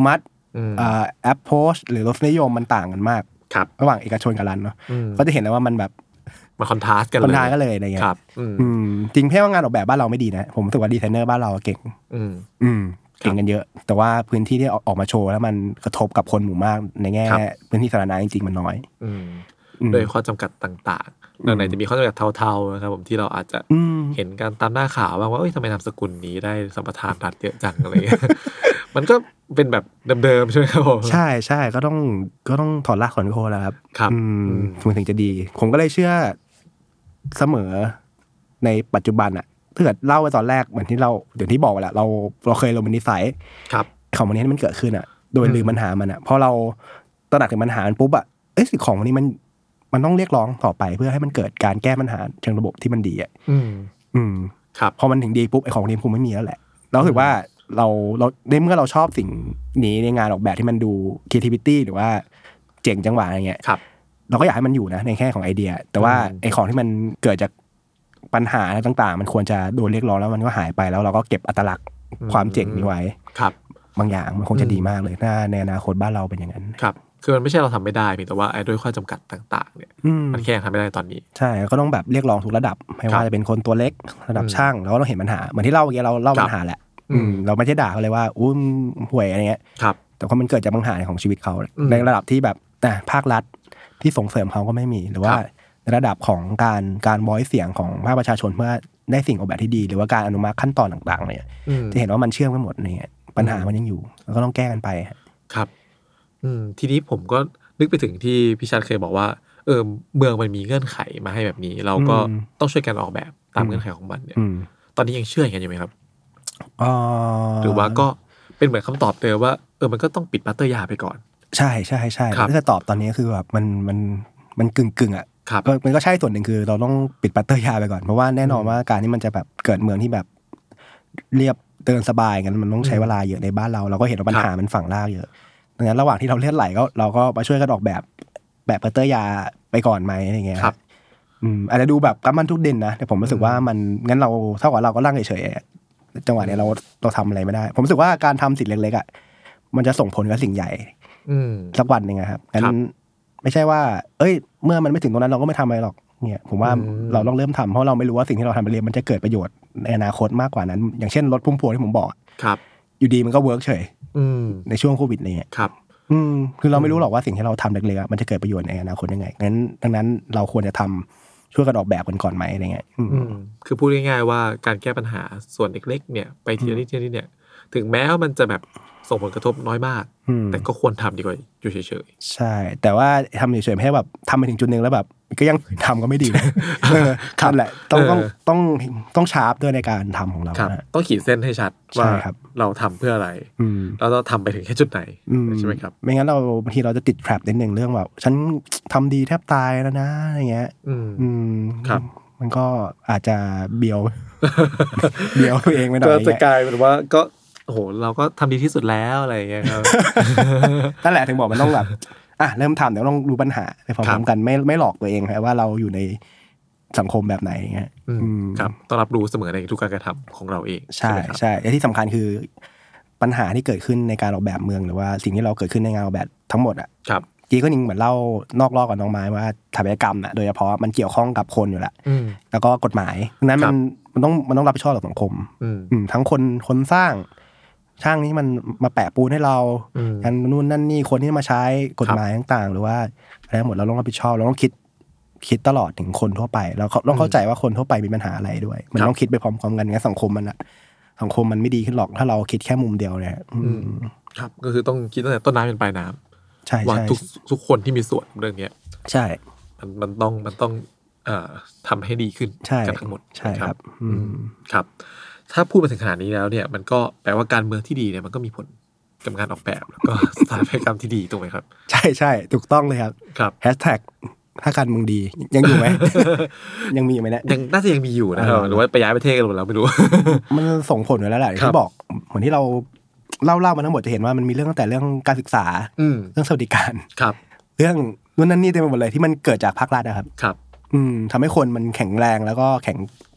อ่า approach หรือรสนิยมมันต่างกันมากระหว่างเอกชนกับรัฐเนาะก็จะเห็นได้ว่ามันแบบมันคอนทราสต์กันเลยคอนทราสต์กันเลยอะไรเงี้ยอืมจริงแค่ว่างานออกแบบบ้านเราไม่ดีนะผมรู้สึกว่าดีไซเนอร์บ้านเราเก่งอืมอืมเก่งกันเยอะแต่ว่าพื้นที่ที่ออกมาโชว์แล้วมันกระทบกับคนหมู่มากในแง่พื้นที่สาธารณะจริงๆมันน้อยโดยข้อจำกัดต่างๆดังนั้นจะมีข้อจำกัดเท่าๆนะครับผมที่เราอาจจะเห็นการตามหน้าข่าวบ้างว่าเอ้ยทำไมนามสกุลนี้ได้สัมปทานรัฐเยอะจังอะไรเงี้ยมันก็เป็นแบบเดิมๆใช่ไหมครับผมใช่ใช่ก็ต้องก็ต้องถอดรากถอนโคนแล้วครับครับมันถึงจะดีผมก็เลยเชื่อเสมอในปัจจุบันอะถ้าเกิดเล่าไปตอนแรกเหมือนที่เราอย่างที่บอกแหละเราเราเคยลงเป็นนิสัยของวันนี้ที่มันเกิดขึ้นอะโดยลืมปัญหามันอะพอเราตระหนักถึงปัญหาปุ๊บอะเอ้ยของวันนี้มันมันต้องเรียกร้องต่อไปเพื่อให้มันเกิดการแก้ปัญหาเชิงระบบที่มันดีอ่ะอืมอืมครับพอมันถึงดีปุ๊บไอ้ของนี้คงไม่มีแล้วแหละเราถือว่าเราเราในเมื่อเราชอบสิ่งนี้ในงานออกแบบที่มันดู creativity หรือว่าเจ๋งจังหวะอะไรเงี้ยครับเราก็อยากให้มันอยู่นะในแค่ของไอเดียแต่ว่าไอ้ของที่มันเกิดจากปัญหาต่างๆมันควรจะโดนเรียกร้องแล้วมันก็หายไปแล้วเราก็เก็บอัตลักษณ์ความเจ๋งนี้ไว้ครับบางอย่างมันคงจะดีมากเลยถ้าในอนาคตบ้านเราเป็นอย่างนั้นครับคือมันไม่ใช่เราทำไม่ได้เพียงแต่ว่าไอ้ด้วยข้อจำกัดต่างๆเนี่ยมันแค่ทำไม่ได้ตอนนี้ใช่ก็ต้องแบบเรียกร้องทุกระดับไม่ว่าจะเป็นคนตัวเล็กระดับช่างแล้วก็ต้องเห็นปัญหาเหมือนที่เล่าเมื่อกี้เราเล่าปัญหาแหละเราไม่ใช่ด่าเขาเลยว่าอุ้มห่วยอะไรเงี้ยแต่ว่ามันเกิดจากปัญหาของชีวิตเขาในระดับที่แบบภาครัฐที่ส่งเสริมเขาก็ไม่มีหรือว่าในระดับของการการบอยเสียงของภาคประชาชนเพื่อได้สิ่งออกแบบที่ดีหรือว่าการอนุมัติขั้นตอนต่างๆเนี่ยจะเห็นว่ามันเชื่อมกันหมดเนี่ยปัญหามันยังอยู่แล้วก็ต้องแก้กันไปครับอืมทีนี้ผมก็นึกไปถึงที่พี่ชัดเคยบอกว่าเออเมืองมันมีเงื่อนไขมาให้แบบนี้เราก็ต้องช่วยกันออกแบบตามเงื่อนไขของมันเนี่ยตอนนี้ยังเชื่อกันอยู่ไหมครับหรือว่าก็เป็นเหมือนคำตอบเดิมว่าเออมันก็ต้องปิดบัตเตอร์ยาไปก่อนใช่ใช่ใช่ถ้าจะตอบตอนนี้คือแบบมันมันมันกึ่งกึ่งอ่ะก็มันก็ใช่ส่วนหนึ่งคือเราต้องปิดบัตเตอร์ยาไปก่อนเพราะว่าแน่นอนว่าการที่มันจะแบบเกิดเมืองที่แบบเรียบเดินสบายกันมันต้องใช้เวลาเยอะในบ้านเราเราก็เห็นว่าปัญหามันฝังรากเยอะดังนั้นระหว่างที่เราเลือดไหลก็เราก็มาช่วยกันออกแบบแบบบัตเตอร์ยาไปก่อนไหมอะไรเงี้ยครับอืมอาจจะดูแบบกัมมันทุกดินนะแต่ผมรู้สึกว่ามันงั้นเราเท่ากับเราก็นั่งเฉยๆจังหวะนี้เราเราทำอะไรไม่ได้ผมรู้สึกว่าการทำสิ่งเล็กๆอ่ะมันจะส่งผลกับสิ่งใหญ่สักวันนึงครับงั้นไม่ใช่ว่าเอ้ยเมื่อมันไม่ถึงตรงนั้นเราก็ไม่ทำอะไรหรอกเนี่ยผมว่าเราต้องเริ่มทำเพราะเราไม่รู้ว่าสิ่งที่เราทำไปเรียนมันจะเกิดประโยชน์ในอนาคตมากกว่านั้นอย่างเช่นรถพุ่มพวงที่ผมบอกครับอยู่ดีมันก็เวิร์กเฉยในช่วงโควิดเนี่ยครับอืมคือเราไม่รู้หรอกว่าสิ่งที่เราทำเล็กๆมันจะเกิดประโยชน์ในอนาคตยังไงงั้นดังนั้นเราควรจะทำช่วยกันออกแบบกันก่อนไหมอะไรเงี้ยคือพูดง่ายๆว่าการแก้ปัญหาส่วนเล็กๆเนี่ยไปทีละนิดทีละนิดเนี่ยถึงแม้ว่ามันจะแบบส่งผลกระทบน้อยมากแต่ก็ควรทำดีกว่าอยู่เฉยๆใช่แต่ว่าทำเฉยๆไม่ให้แบบทำไปถึงจุดนึงแล้วแบบก็ยังทำก็ไม่ดีนั่นแหละต้องต้องต้องต้องชาร์ปด้วยในการทำของเราต้องขีดเส้นให้ชัดว่าเราทำเพื่ออะไรแล้วเราทำไปถึงแค่จุดไหนใช่ไหมครับไม่งั้นเราบางทีเราจะติดแทรปนิดนึงเรื่องแบบฉันทำดีแทบตายแล้วนะอะไรเงี้ยอืมครับมันก็อาจจะเบียวเบียวตัวเองไปหน่อยก็จะกลายเป็นว่าก็โอ้โหเราก็ทำดีที่สุดแล้วอะไรอย่างเงี้ยครับนั่นแหละถึงบอกมันต้องแบบอ่ะเริ่มทำเดี๋ยวต้องรู้ปัญหาไปพร้อมๆกันไม่ไม่หลอกตัวเองครับว่าเราอยู่ในสังคมแบบไหนเงี้ยครับต้องรับรู้เสมอในทุกการกระทำของเราเองใช่ใช่และที่สำคัญคือปัญหาที่เกิดขึ้นในการออกแบบเมืองหรือว่าสิ่งที่เราเกิดขึ้นในงานออกแบบทั้งหมดอ่ะจีก็ยังเหมือนเล่านอกรอบกับน้องไม้ว่าสถาปัตยกรรมน่ะโดยเฉพาะมันเกี่ยวข้องกับคนอยู่แล้วแล้วก็กฎหมายดังนั้นมันมันต้องมันต้องรับผิดชอบต่อสังคมทั้งคนคนสร้างช่างนี้มันมาแปะปูนให้เราอันนู่นนั่นนี่คนที่มาใช้กฎหมายต่างๆหรือว่าอะไรหมดเราต้องรับผิดชอบเราต้องคิดคิดตลอดถึงคนทั่วไปแล้วต้องเข้าใจว่าคนทั่วไปมีปัญหาอะไรด้วยมันต้องคิดไปพร้อมๆกันงั้นสังคมมันอะสังคมมันไม่ดีขึ้นหรอกถ้าเราคิดแค่มุมเดียวเนี่ยครับก็คือต้องคิดตั้งแต่ต้นน้ำจนปลายน้ำใช่ว่าทุกทุกคนที่มีส่วนเรื่องนี้ใช่มันมันต้องมันต้องเอ่อทำให้ดีขึ้นกันทั้งหมดใช่ครับครับถ้าพูดมาถึงขนาดนี้แล้วเนี่ยมันก็แปลว่าการเมืองที่ดีเนี่ยมันก็มีผลกับงานออกแบบแล้วก็สถาปัตยกรรมที่ดีถูกไหมครับใช่ใช่ถูกต้องเลยครับครับแฮชแท็กถ้าการเมืองดียังอยู่ไหม ยังมีอยู่ไหมเนี่ยยังน่าจะยังมีอยู่นะครับหรือว่าไปย้ายประเทศกันหมดแล้วไม่รู้มันส่งผลอยู่แล้วแหละที่บอกเหมือนที่เราเล่าเล่ามาทั้งหมดจะเห็นว่ามันมีเรื่องตั้งแต่เรื่องการศึกษาเรื่องสวัสดิการเรื่องนู่นนั่นนี่เต็มไปหมดเลยที่มันเกิดจากภาครัฐนะครับครับอืมทำให้คนมันแข็งแรงแล้วก็แข็ง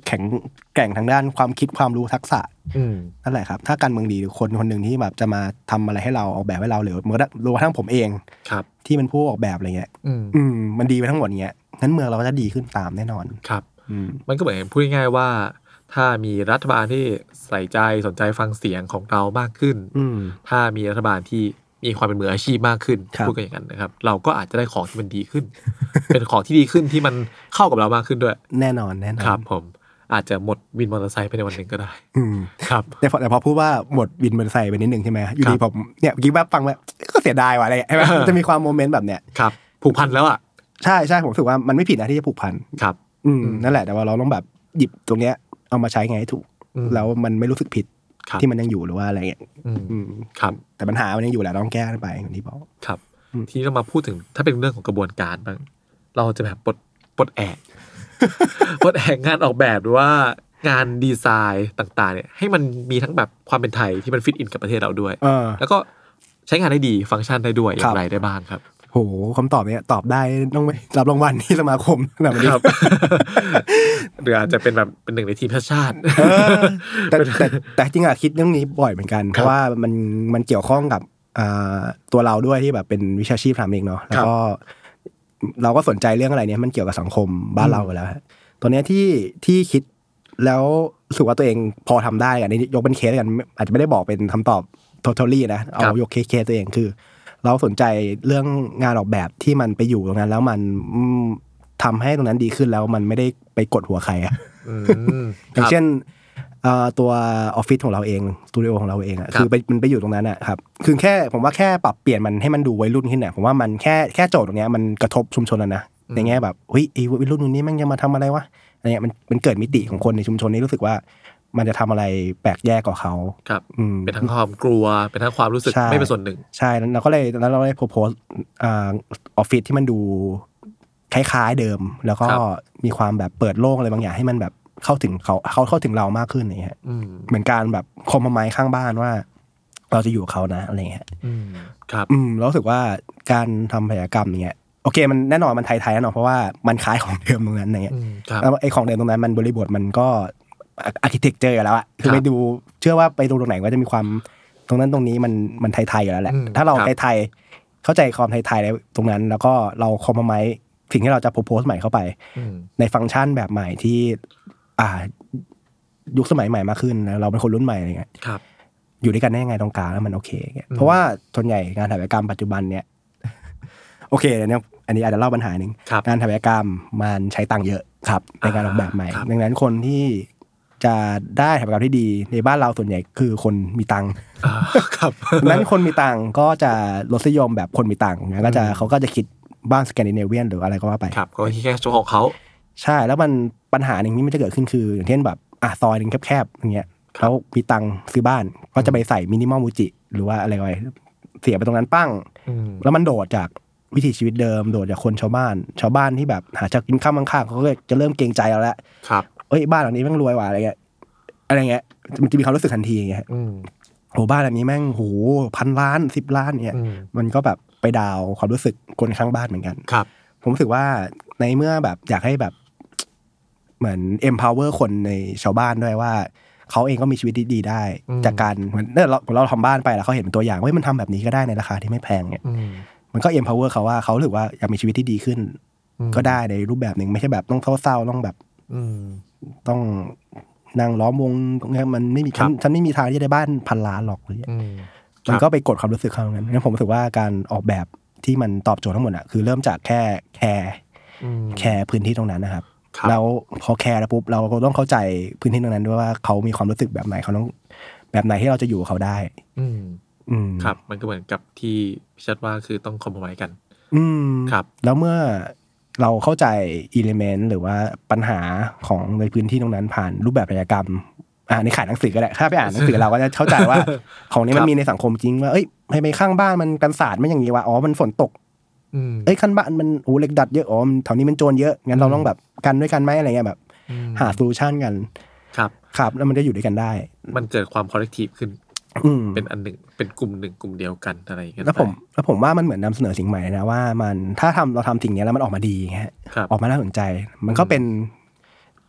แข็งแกร่งทางด้านความคิดความรู้ทักษะนั่นแหละครับถ้าการเมืองดีคนคนหนึ่งที่แบบจะมาทำอะไรให้เราออกแบบให้เราหรือเมื่อรวมทั้งผมเองที่เป็นผู้ออกแบบอะไรเงี้ยอืมมันดีไปทั้งหมดเงี้ยงั้นเมืองเราก็จะดีขึ้นตามแน่นอนครับมันก็เหมือนพูดง่ายๆว่าถ้ามีรัฐบาลที่ใส่ใจสนใจฟังเสียงของเรามากขึ้นถ้ามีรัฐบาลที่มีความเป็นมืออาชีพมากขึ้นพูดกันอย่างนั้นนะครับเราก็อาจจะได้ของที่มันดีขึ้น เป็นของที่ดีขึ้นที่มันเข้ากับเรามากขึ้นด้วยแน่นอนแน่นอนครับผมอาจจะหมดวินมอเตอร์ไซค์ไปในวันหนึ่งก็ได้ครับแต่พอแต่พอพูดว่าหมดวินมอเตอร์ไซค์ไปนิดนึงใช่ไหมอยู่ดีผมเนี่ยกิ๊บแบบฟังแบบก็เสียดายว่ะอะไรใช่ไหมจะมีความโมเมนต์แบบเนี้ยครับผูกพันแล้วอ่ะใช่ใช่ผมรู้สึกว่ามันไม่ผิดนะที่จะผูกพันครับอืมนั่นแหละแต่ว่าเราต้องแบบหยิบตรงเนี้ยเอามาใช้ไงให้ถูกแล้วมันไม่รู้สึกผิดที่มันยังอยู่หรือว่าอะไรเงี้ยครับแต่ปัญหามันยังอยู่แหละต้องแก้ไปอย่างที่บอกครับทีนี้เรามาพูดถึงถ้าเป็นเรื่องของกระบวนการบ้างเราจะแบบปลดปลดแอกปลดแอกงานออกแบบหรือว่างานดีไซน์ต่างๆเนี่ยให้มันมีทั้งแบบความเป็นไทยที่มันฟิตอินกับประเทศเราด้วยแล้วก็ใช้งานได้ดีฟังก์ชันได้ด้วยอย่างไรได้บ้างครับโหคำตอบเนี้ยตอบได้ต้องไปรับรางวัลที่สมาคมแบบนี้ครับหรืออาจจะเป็นแบบเป็นหนึ่งในทีมชาติแต่แต่แต่จริงอะคิดเรื่องนี้บ่อยเหมือนกันเพราะว่ามันมันเกี่ยวข้องกับตัวเราด้วยที่แบบเป็นวิชาชีพทำเองเนาะแล้วก็เราก็สนใจเรื่องอะไรเนี้ยมันเกี่ยวกับสังคมบ้านเราอยู่แล้วตัวเนี้ยที่ที่คิดแล้วรู้สึกว่าตัวเองพอทำได้กันนี่ยกเป็นเคสกันอาจจะไม่ได้บอกเป็นคำตอบ totally นะเอายกเคสเคสตัวเองคือเราสนใจเรื่องงานออกแบบที่มันไปอยู่ตรงนั้นแล้วมันทำให้ตรงนั้นดีขึ้นแล้วมันไม่ได้ไปกดหัวใครอ่ะอย่างเช่นตัวออฟฟิศของเราเองสตูดิโอของเราเองอ่ะคือมันไปอยู่ตรงนั้นอ่ะครับคือแค่ผมว่าแค่ปรับเปลี่ยนมันให้มันดูวัยรุ่นขึ้นน่ะผมว่ามันแค่แค่โจทย์ตรงนี้มันกระทบชุมชนแล้วนะในแง่แบบเฮ้ยไอ้วัยรุ่นคนนี้มันจะมาทำอะไรวะอะไรเงี้ยมันมันเกิดมิติของคนในชุมชนนี้รู้สึกว่ามันจะทำอะไรแปลกแยกกว่าเขาครับเป็นทั้งความกลัวเป็นทั้งความรู้สึกไม่เป็นส่วนหนึ่งใช่แล้วเราก็เลยแล้วเราได้โพสต์ออฟฟิศที่มันดูคล้ายๆเดิมแล้วก็มีความแบบเปิดโล่งอะไรบางอย่างให้มันแบบเข้าถึงเขาเขาเข้าถึงเรามากขึ้นอย่างเงี้ยเหมือนการแบบคอมเพลมไมซ์ข้างบ้านว่าเราจะอยู่กับเขานะอะไรเงี้ยครับอืมเรารู้สึกว่าการทำศิลปกรรมอย่างเงี้ยโอเคมันแน่นอนมันไทยๆแน่นอนเพราะว่ามันคล้ายของเดิมตรงนั้นอย่างเงี้ยแล้วไอ้ของเดิมตรงนั้นมันบริบทมันก็อาร์คิเทคเจอร์แล้วอะคือไปดูเชื่อว่าไปดูตรงไหนก็จะมีความตรงนั้นตรงนี้มันมันไทยๆอยู่แล้วแหละถ้าเราไทยๆเข้าใจความไทยๆแล้วตรงนั้นแล้วก็เราคอมเพลมไมซ์สิ่งที่เราจะโพสต์ใหม่เข้าไปในฟังก์ชันแบบใหม่ที่อ่ายุคสมัยใหม่มากขึ้นแล้วเราเป็นคนรุ่นใหม่อะไรเงี้ยอยู่ด้วยกันได้ยังไงตรงกลางแล้วมันโอเคเงี้ยเพราะว่าส่วนใหญ่งานถ่ายแบบกรรมปัจจุบันเนี่ยโอเคเนี่ยอันนี้อาจจะเล่าปัญหาหนึ่งงานถ่ายแบบกรรมมันใช้ตังค์เยอะครับในการออกแบบใหม่ดังนั้นคนที่จะได้ถ่ายแบบกรรมที่ดีในบ้านเราส่วนใหญ่คือคนมีตังค์ครับนั้นคนมีตังค์ก็จะรสนิยมแบบคนมีตังค์นะก็จะเขาก็จะคิดบ้านสแกนดิเนเวียนหรืออะไรก็ว่าไปครับก็แค่โชว์ของเขาใช่แล้วมันปัญหาหนึ่งที่มันจะเกิดขึ้นคืออย่างเช่นแบบอ่ะซอยนึงแคบๆอย่างเงี้ยเขามีตังค์ซื้อบ้านก็จะไปใส่มินิมอลมูจิหรือว่าอะไรไว้เสียไปตรงนั้นปั้งแล้วมันโดดจากวิถีชีวิตเดิมโดดจากคนชาวบ้านชาวบ้านที่แบบหาจะกินข้าวข้างๆเขาก็จะเริ่มเกรงใจเราแล้วครับเอ้ยบ้านหลังนี้แม่งรวยว่ะอะไรเงี้ยอะไรเงี้ยมันจะมีความรู้สึกทันทีอย่างเงี้ยโหบ้านหลังนี้แม่งโหพันล้านสิบล้านเนี่ยมันก็แบบไปดาวความรู้สึกคนข้างบ้านเหมือนกันครับผมรู้สึกว่าในเมื่อแบบอยากให้แบบเหมือน empower คนในชาวบ้านด้วยว่าเขาเองก็มีชีวิตดีๆได้จากการเหมือนเราเราทำบ้านไปแล้วเขาเห็นเป็นตัวอย่างว่ามันทำแบบนี้ก็ได้ในราคาที่ไม่แพงเนี่ยมันก็ empower เขาว่าเขารู้สึกว่าอยากมีชีวิตที่ดีขึ้นก็ได้ในรูปแบบหนึ่งไม่ใช่แบบต้องเศร้าๆต้องแบบต้องนั่งล้อมวงเนี่ยมันไม่มีฉันฉันไม่มีทางที่จะได้บ้านพันล้านหรอกเลยมันก็ไปกดความรู้สึกเขางั้นงั้นผมรู้สึกว่าการออกแบบที่มันตอบโจทย์ทั้งหมดอ่ะคือเริ่มจากแค่แคร์แคร์พื้นที่ตรงนั้นนะครับแล้วพอแคร์แล้วปุ๊บเราก็ต้องเข้าใจพื้นที่ตรงนั้นด้วยว่าเขามีความรู้สึกแบบไหนเขาต้องแบบไหนที่เราจะอยู่กับเขาได้อืมอืมครับมันก็เหมือนกับที่พี่ชัดว่าคือต้องคอมโพไมซ์กันอืมครับแล้วเมื่อเราเข้าใจอิเลเมนต์หรือว่าปัญหาของในพื้นที่ตรงนั้นผ่านรูปแบบกิจกรรมอ่าในขายหนังสือก็ได้ถ้าไปอ่านหนังสือเราก็จะเข้าใจว่าของนี้มันมีในสังคมจริงว่าเอ้ยให้ไปข้างบ้านมันกันศาสตร์ไม่อย่างนี้ว่าอ๋อมันฝนตกเอ้ยข้างบ้านมันโอ้เหล็กดัดเยอะอ๋อแถวนี้มันโจรเยอะงั้นเราต้องแบบกันด้วยกันไหมอะไรเงี้ยแบบหาโซลูชันกันครับครับแล้วมันจะอยู่ด้วยกันได้มันเกิดความคอลเลกทีฟขึ้นเป็นอันหนึ่งเป็นกลุ่มหนึ่งกลุ่มเดียวกันอะไรอย่างเงี้ยแล้วผมแล้วผมว่ามันเหมือนนำเสนอสิ่งใหม่นะว่ามันถ้าทำเราทำสิ่งนี้แล้วมันออกมาดีเงี้ยออกมาน่าสนใจมันก็เป็น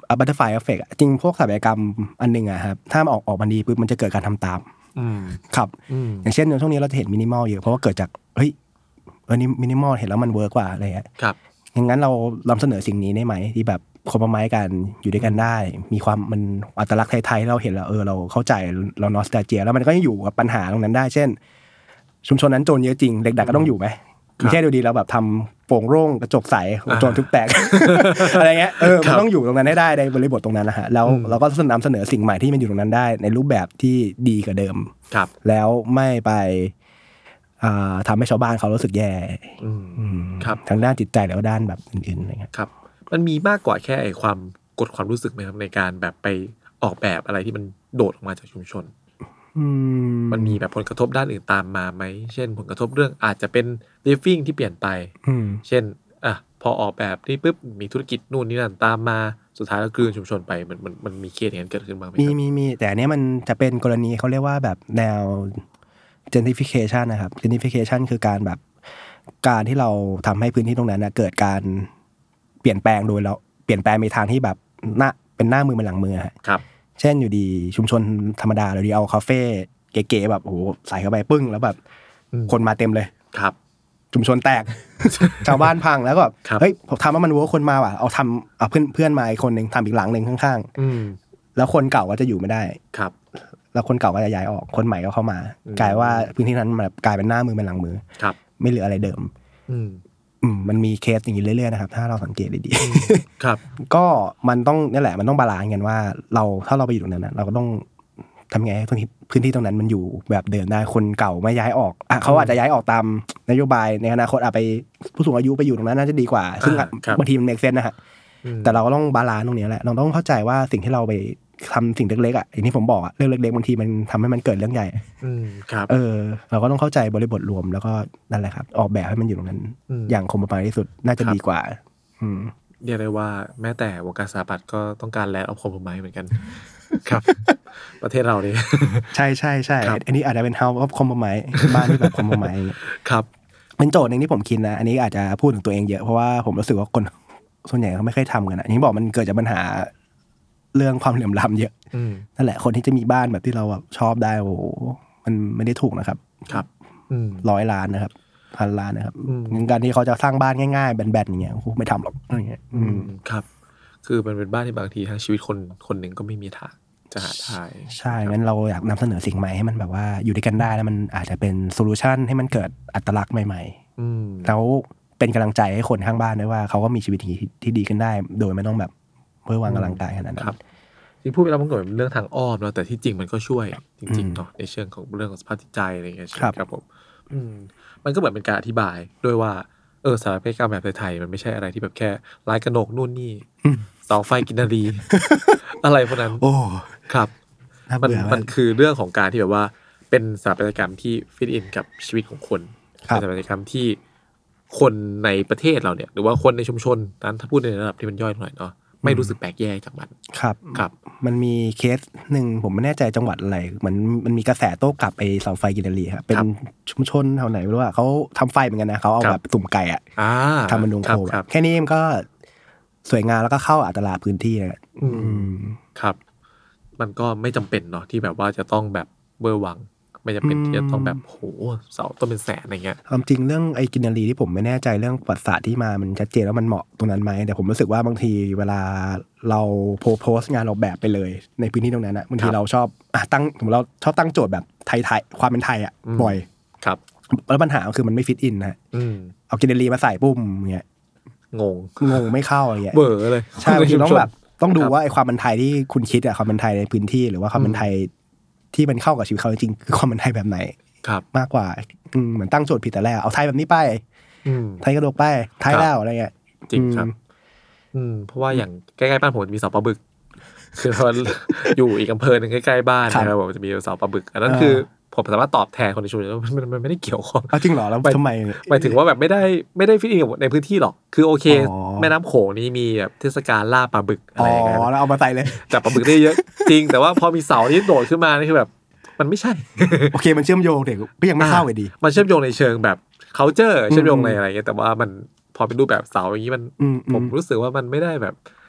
บัตเตอร์ไฟเอฟเฟกต์จริงพวกสถาปัตยกรรมอันนึงอ่ะครับถ้ามันออกออกมาดีปุ๊บมันจะเกิดการทำตามครับอย่างเช่นช่วงนี้เราจะเห็นมินิมอลเยอะเพราะว่าเกิดจากเฮ้ยเออนี่มินิมอลเห็นแล้วมันเวิร์กกว่าอะไรเงี้ยครับอย่างนั้นเรานำเสนอสิ่งนี้ได้ไหมที่แบบคอมโพไมซ์กันอยู่ด้วยกันได้มีความมันอัตลักษณ์ไทยๆเราเห็นแล้วเออเราเข้าใจเรานอสตาเจียแล้วมันก็ยังอยู่กับปัญหาตรงนั้นได้เช่นชุมชนนั้นโจรเยอะจริงเด็กๆก็ต้องอยู่ไหมไม่ใช่ดูดีเราแบบทำโป่งโร่งกระจกใสโจรทุบแตกอะไรเงี้ยเออมันต้องอยู่ตรงนั้นให้ได้ในบริบทตรงนั้นนะฮะแล้วเราก็นำเสนอสิ่งใหม่ที่มันอยู่ตรงนั้นได้ในรูปแบบที่ดีกว่าเดิมแล้วไม่ไปทำให้ชาวบ้านเขารู้สึกแย่ทางด้านจิตใจแล้วด้านแบบอื่นๆอะไรเงี้ยครับมันมีมากกว่าแค่ไอ้ความกดความรู้สึกไหมครับในการแบบไปออกแบบอะไรที่มันโดดออกมาจากชุมชนมันมีแบบผลกระทบด้านอื่นตามมาไหมเช่นผลกระทบเรื่องอาจจะเป็นลิฟวิ่งที่เปลี่ยนไปเช่นอ่ะพอออกแบบนี่ปุ๊บมีธุรกิจนู่นนี่นั่นตามมาสุดท้ายแล้วกลืนชุมชนไปมันมันมันมีเคสอย่างนั้นเกิดขึ้นบ้างไหมมีมีมีแต่อันนี้มันจะเป็นกรณีเขาเรียกว่าแบบแนว gentrification นะครับ gentrification คือการแบบการที่เราทำให้พื้นที่ตรงนั้นนะเกิดการเปลี่ยนแปลงโดยเราเปลี่ยนแปลงในทางที่แบบหน้าเป็นหน้ามือเป็นหลังมือครับเช่นอยู่ดีชุมชนธรรมดาเลยดีเอาคาเฟ่เก๋ๆแบบโอ้โหใส่เข้าไปปึ้งแล้วแบบคนมาเต็มเลยครับชุมชนแตก ชาวบ้านพังแล้วก็แบบเฮ้ยผมทำว่ามันวัวคนมาว่ะเอาทำเอาเพื่อนเพื่อนมาอีกคนนึงทำอีกหลังนึงข้างๆแล้วคนเก่าก็จะอยู่ไม่ได้ครับแล้วคนเก่าก็จะย้ายออกคนใหม่ก็เข้ามากลายว่าพื้นที่นั้นแบบกลายเป็นหน้ามือเป็นหลังมือไม่เหลืออะไรเดิมอืมมันมีเคสอย่างนี้เรื่อยๆนะครับถ้าเราสังเกตดีๆครับก็มันต้องนี่แหละมันต้องบาลานซ์กันว่าเราถ้าเราไปอยู่ตรงนั้นนะเราก็ต้องทำไงให้พื้นที่ตรงนั้นมันอยู่แบบเดิมได้คนเก่าไม่ย้ายออกอ่ะเขาอาจจะย้ายออกตามนโยบายในอนาคตอาจไปผู้สูงอายุไปอยู่ตรงนั้นน่าจะดีกว่าซึ่งบางทีมันเมคเซนส์นะฮะแต่เราก็ต้องบาลานซ์ตรงนี้แหละเราต้องเข้าใจว่าสิ่งที่เราไปทำสิ่งเล็กๆอ่ะอย่างที่ผมบอกอ่ะเรื่องเล็กๆบางทีมันทำให้มันเกิดเรื่องใหญ่เออเราก็ต้องเข้าใจบริบทรวมแล้วก็นั่นแหละครับออกแบบให้มันอยู่ตรงนั้นอย่างคมประมาณที่สุดน่าจะดีกว่าเรียกได้ว่าแม้แต่วงการสถาปัตย์ก็ต้องการแลนด์ออฟคอมโพไมซ์เหมือนกันครับประเทศเราเนี่ยใช่ใช่ใช่อันนี้อาจจะเป็นเฮาส์ออฟคอมโพไมซ์บ้านที่แบบคอมโพไมซ์ครับเป็นโจทย์นึงที่ผมคิดนะอันนี้อาจจะพูดถึงตัวเองเยอะเพราะว่าผมรู้สึกว่าคนส่วนใหญ่เขาไม่เคยทำกันนะอย่างที่บอกมันเกิดจากปัญหาเรื่องความเหลื่อมล้ำเยอะนั่นแหละคนที่จะมีบ้านแบบที่เราแบบชอบได้โอ้โหมันไม่ได้ถูกนะครับครับร้อยล้านนะครับพันล้านนะครับการที่เขาจะสร้างบ้านง่ายๆแบนๆอย่างเงี้ยไม่ทำหรอกอะไรเงี้ยครับคือมันเป็นบ้านที่บางทีทั้งชีวิตคนคนหนึ่งก็ไม่มีทางจะหาได้ใช่งั้นเราอยากนำเสนอสิ่งใหม่ให้มันแบบว่าอยู่ด้วยกันได้แล้วมันอาจจะเป็นโซลูชันให้มันเกิดอัตลักษณ์ใหม่ๆแล้วเป็นกำลังใจให้คนข้างบ้านด้วยว่าเขาก็มีชีวิตที่ดีขึ้นได้โดยไม่ต้องแบบเพื่อวางกำลังกายขนาดนั้นที่พูดไปแล้วมันก็เป็นเรื่องทางอ้อมเนาะแต่ที่จริงมันก็ช่วยจริงๆเนาะในเชิงของเรื่องของสภาพจิตใจอะไรอย่างเงี้ยครับผมมันก็เหมือนเป็นการอธิบายด้วยว่าเออสถาปัตยกรรมแบบไทยๆมันไม่ใช่อะไรที่แบบแค่ลายกระหนกนู่นนี่เสาไฟกินนารีอะไรพวกนั้นโอ้ครับมันมันคือเรื่องของการที่แบบว่าเป็นสถาปัตยกรรมที่ฟิตอินกับชีวิตของคนเป็นสถาปัตยกรรมที่คนในประเทศเราเนี่ยหรือว่าคนในชุมชนนั้นถ้าพูดในระดับที่มันย่อยหน่อยเนาะไม่รู้สึกแปลกแยกจากมันครับครับมันมีเคสหนึ่งผมไม่แน่ใจจังหวัดอะไรเหมือนมันมีกระแสโต้กลับไปเสาไฟกินนารีครับเป็นชุมชนแถวไหนไม่รู้ว่าเขาทำไฟเหมือนกันนะเขาเอาแบบตุ่มไก่อ่ะทำมันดงโคแค่นี้มันก็สวยงามแล้วก็เข้าอัตราพื้นที่นะครับมันก็ไม่จำเป็นเนาะที่แบบว่าจะต้องแบบเบอร์วังไม่จำเป็นที่จะต้องแบบโหเสาต้นเป็นแสนอะไรเงี้ยความจริงเรื่องไอ้กินนารีที่ผมไม่แน่ใจเรื่องประวัติศาสตร์ที่มามันชัดเจนแล้วมันเหมาะตรงนั้นไหมแต่ผมรู้สึกว่าบางทีเวลาเราโพสต์งานออกแบบไปเลยในพื้นที่ตรงนั้นนะบางทีเราชอบตั้งผมเราชอบตั้งโจทย์แบบไทยๆความเป็นไทยอ่ะบ่อยครับแล้วปัญหาคือมันไม่ฟิตอินนะเอากินนารีมาใส่ปุ้มเงี้ยงงงงไม่เข้าอะไรเงี้ยเบอร์เลยใช่บางทีต้องแบบต้องดูว่าไอ้ความเป็นไทยที่คุณคิดอะความเป็นไทยในพื้นที่หรือว่าความเป็นไทยที่มันเข้ากับชีวิตเขาจริงๆคือความเป็นไทยแบบไหนมากกว่าเหมือนตั้งโจทย์ผิดแต่แรกเอาไทยแบบนี้ไปไทยกระโดดไปไทยแล้วอะไรเงี้ยจริงครับอืมเพราะว่าอย่างใกล้ๆบ้านผมมีเสาปลาบึกคือเราอยู่อีกอำเภอหนึ่งใกล้ๆบ้านนะครับผมจะมีเสาปลาบึกอันนั้นคือผมสามารถตอบแทนคนในชุมชนว่ามันมันไม่ได้เกี่ยวข้องจริงเหรอแล้วทำไมหมายถึงว่าแบบไม่ได้ไม่ได้ฟิตอินกับในพื้นที่หรอกคือโอเคแม่น้ำโขงนี้มีแบบเทศกาลล่าปลาบึกอะไรอย่างเงี้ยอ๋อแล้วเอามาใส่เลยจับปลาบึกได้เยอะจริงแต่ว่าพอมีเสานี้โดดขึ้นมานี่คือแบบมันไม่ใช่โอเคมันเชื่อมโยงแต่ก็ยังไม่เข้าเลยดีมันเชื่อมโยงในเชิงแบบ culture เชื่อมโยงในอะไรเงี้ยแต่ว่ามันพอเป็นรูปแบบเสาอย่างนี้มันผมรู้สึกว่ามันไม่ได้แบบ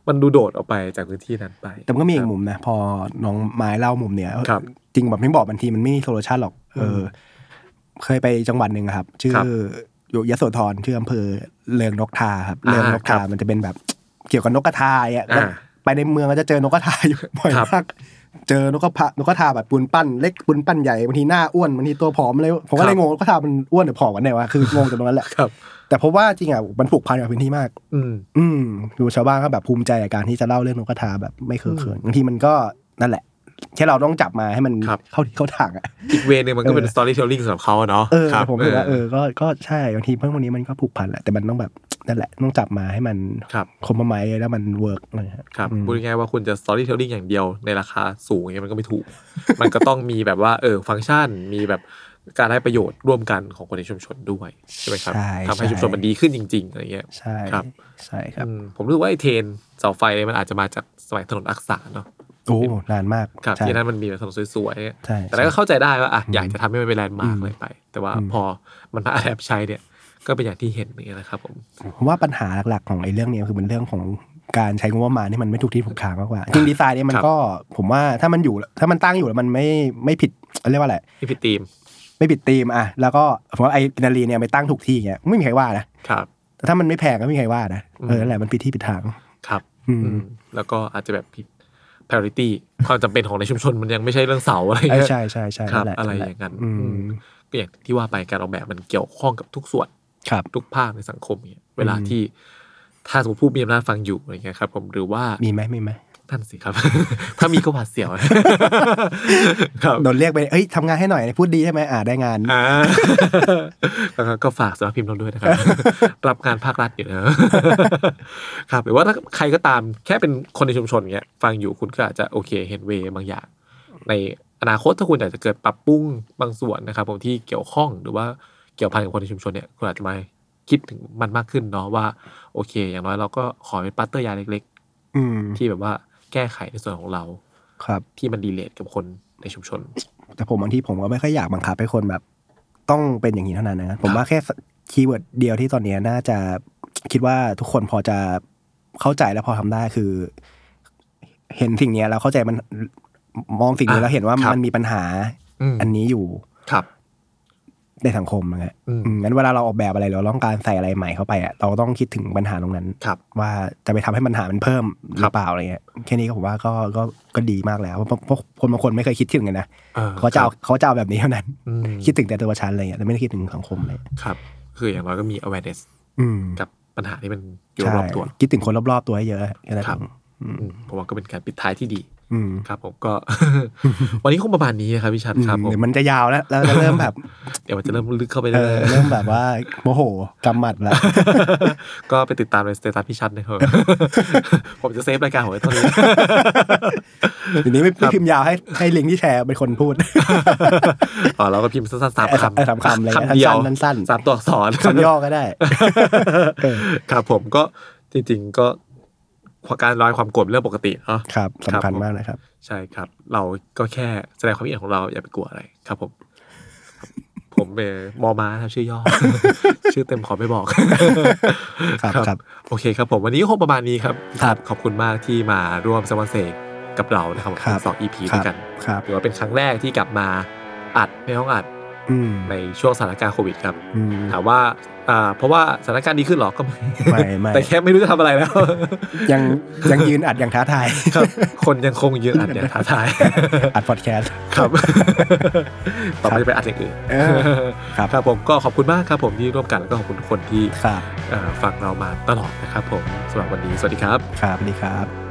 มันดูโดดออกไปจากพื้นที่นั้นไปแต่มันก็มีอีกมุมนะพอน้องไม้เล่ามุมเนี้ยจริงแบบไม่บอกบางทีมันไม่มีโซลูชันหรอกเออเคยไปจังหวัดนึงครับชื่ออยู่ยโสธรชื่ออำเภอเลิงนกทาครับเลิงนกทามันจะเป็นแบบเกี่ยวกับนกกระทาอ่ะไปในเมืองก็จะเจอนกกระทาอยู่บ่อยมากเจอนกกระทานกกระทาแบบปูนปั้นเล็กปูนปั้นใหญ่บางทีหน้าอ้วนบางทีตัวผอมเลยผมก็เลยงงนกกระทามันอ้วนหรือผอมกันแน่วะคืองงตรงนั้นแหละแต่เพราะว่าจริงอ่ะมันผูกพันกับพื้นที่มากอืมอืมดูชาวบ้านก็แบบภูมิใจกับการที่จะเล่าเรื่องนกกระทาแบบไม่เคอะเขินบางทีมันก็นั่นแหละแค่เราต้องจับมาให้มันเข้าที่เข้าทางอ่ะอีกเวนึงมันก็เป็น storytelling สำหรับเขาเนาะครับผมคิดว่าเออก็ก็ใช่บางทีเรื่องพวกนี้มันก็ผูกพันแหละแต่มันต้องแบบนั่นแหละต้องจับมาให้มันคมมาไหมแล้วมันเวิร์กอะไรครับพูดง่ายๆว่าคุณจะ storytelling อย่างเดียวในราคาสูงอย่างเงี้ยมันก็ไม่ถูกมันก็ต้องมีแบบว่าเออฟังก์ชันมีแบบการได้ประโยชน์ร่วมกันของคนในชุมชนด้วยใช่ไหมครับทำให้ชุมชนมันดีขึ้นจริงๆอะไรเงี้ยใช่ครับใช่ครับผมรู้สึกว่าไอ้เทรนเสาไฟมันอาจจะมาจากสมัยถนนอักษรเนาะโอ้นานมากครับที่นั่นมันมีถนนสวยๆแต่แล้วก็เข้าใจได้ว่าอ่ะอยากจะทำให้มันเป็นแลนด์มาร์คเลยไปแต่ว่าพอมันมาแอบใช้เนี่ยก็เป็นอย่างที่เห็นนี่นะครับผมผมว่าปัญหาหลักๆของไอ้เรื่องนี้คือมันเรื่องของการใช้งบประมาณที่มันไม่ถูกที่ถูกทางมากกว่าจริงดีไซน์เนี่ยมันก็ผมว่าถ้ามันอยู่ถ้ามันตั้งอยู่แล้วมันไม่ไม่ผิดเรียกว่าอะไรไม่ผิดธีมไม่ผิดธีมอ่ะแล้วก็ผมว่าไอ้อินาลีเนี่ยไปตั้งถูกที่เงี้ยไม่มีใครว่านะครับแต่ถ้ามันไม่แพงก็ไม่มีใครว่านะเออนั่นแหละมันผิดที่ผิดทางครับแล้วก็อาจจะแบบผิด priority ความจำเป็นของในชุมชนมันยังไม่ใช่เรื่องเสาอะไรใช่ใช่ใช่ครับอะไรอย่างนั้นก็อย่างที่ว่าไปการออกแบบมันเกี่ยวข้องกับทุกส่วนทุกภาคในสังคมเนี่ยเวลาที่ถ้าสมมติผู้มีอำนาจฟังอยู่อะไรเงี้ยครับผมหรือว่ามีไหมมีไหมท่านสิครับ ถ้ามีก็หวาดเสียวครับโดนเรียกไปเอ้ยทำงานให้หน่อยพูดดีใช่ไหมอ่าได้งานอ่าก็ฝากสำนักพิมพ์เราด้วยนะครับรับงานภาครัฐอยู่นะครับหรือว่าถ้าใครก็ตามแค่เป็นคนในชุมชนเงี้ยฟังอยู่คุณก็อาจจะโอเคเห็นเวบางอย่างในอนาคตถ้าคุณอยากจะเกิดปรับปรุงบางส่วนนะครับผมที่เกี่ยวข้องหรือว่าเกี่ยวพันกับคนในชุมชนเนี่ยคุณอาจจะมาคิดถึงมันมากขึ้นเนาะว่าโอเคอย่างน้อยเราก็ขอเป็นปัตเตอร์ยาเล็กๆที่แบบว่าแก้ไขในส่วนของเราครับที่มันดีเลทกับคนในชุมชนแต่ผมบางทีผมก็ไม่ค่อยอยากบังคับให้คนแบบต้องเป็นอย่างนี้เท่านั้นนะผมว่าแค่คีย์เวิร์ดเดียวที่ตอนนี้น่าจะคิดว่าทุกคนพอจะเข้าใจและพอทำได้คือเห็นสิ่งนี้แล้วเข้าใจมันมองสิ่งนี้แล้วเห็นว่ามันมีปัญหาอันนี้อยู่ครับในสังคมนะฮะงั้นเวลาเราออกแบบอะไรเราต้องการใส่อะไรใหม่เข้าไปอ่ะเราต้องคิดถึงปัญหาตรงนั้นว่าจะไปทำให้ปัญหามันเพิ่มหรือเปล่าอะไรเงี้ยแค่นี้ก็ผมว่าก็ก็ก็ดีมากแล้วเพราะคนบางคนไม่เคยคิดถึงกันนะเขาจะเอาเขาจะเอาแบบนี้เท่านั้นคิดถึงแต่ตัวฉันอะไรเงี้ยแต่ไม่ได้คิดถึงสังคมเลยครับคืออย่างน้อยก็มี awareness กับปัญหาที่มันอยู่รอบตัวคิดถึงคนรอบๆตัวให้เยอะแค่นั้นเองผมว่าก็เป็นการปิดท้ายที่ดีครับผมก็วันนี้คงประมาณนี้นะครับพี่ชัดครับผมเดี๋ยวมันจะยาวแล้วเราจะเริ่มแบบเดี๋ยวมันจะเริ่มลึกเข้าไปเรื่อยเริ่มแบบว่าโมโหกำหมัดแล้วก็ไปติดตามในสเตตัสพี่ชัดนะครับผมจะเซฟรายการของไว้ตอนนี้ทีนี้ไม่พิมพ์ยาวให้ให้ลิงก์ที่แชร์เป็นคนพูดอ๋อเราก็พิมพ์สั้นๆสามคำสามคำเลยคำเดียวสั้นๆสามตัวอักษรคำย่อก็ได้ครับผมก็จริงๆก็การระบายความโกรธเรื่องปกติเนาะครับสำคัญมากนะครับใช่ครับเราก็แค่แสดงความคิดเห็นของเราอย่าไปกลัวอะไรครับผมผมเป็นมอม้าครับชื่อย่อชื่อเต็มขอไม่บอกครับครับโอเคครับผมวันนี้ก็คงประมาณนี้ครับขอบคุณมากที่มาร่วมสปอนเซอร์กับเรานะครับสอง อี พี ด้วยกันถือว่าเป็นครั้งแรกที่กลับมาอัดในห้องอัดในช่วงสถานการณ์โควิดครับถามว่าอ่าเพราะว่าสถานการณ์ดีขึ้นหรอก็ไม่ไม่แต่แค่ไม่รู้จะทำอะไรแล้วยังยังยืนอัดอย่างท้าทายครับคนยังคงยืนอัดอย่างท้าทายอัดพอดแคสต์ครับต่อไปจะไปอัดอย่างอื่นครับครับผมก็ขอบคุณมากครับผมที่ร่วมกันแล้วก็ขอบคุณทุกคนที่ฟังเรามาตลอดนะครับผมสำหรับวันนี้สวัสดีครับครับสวัสดีครับ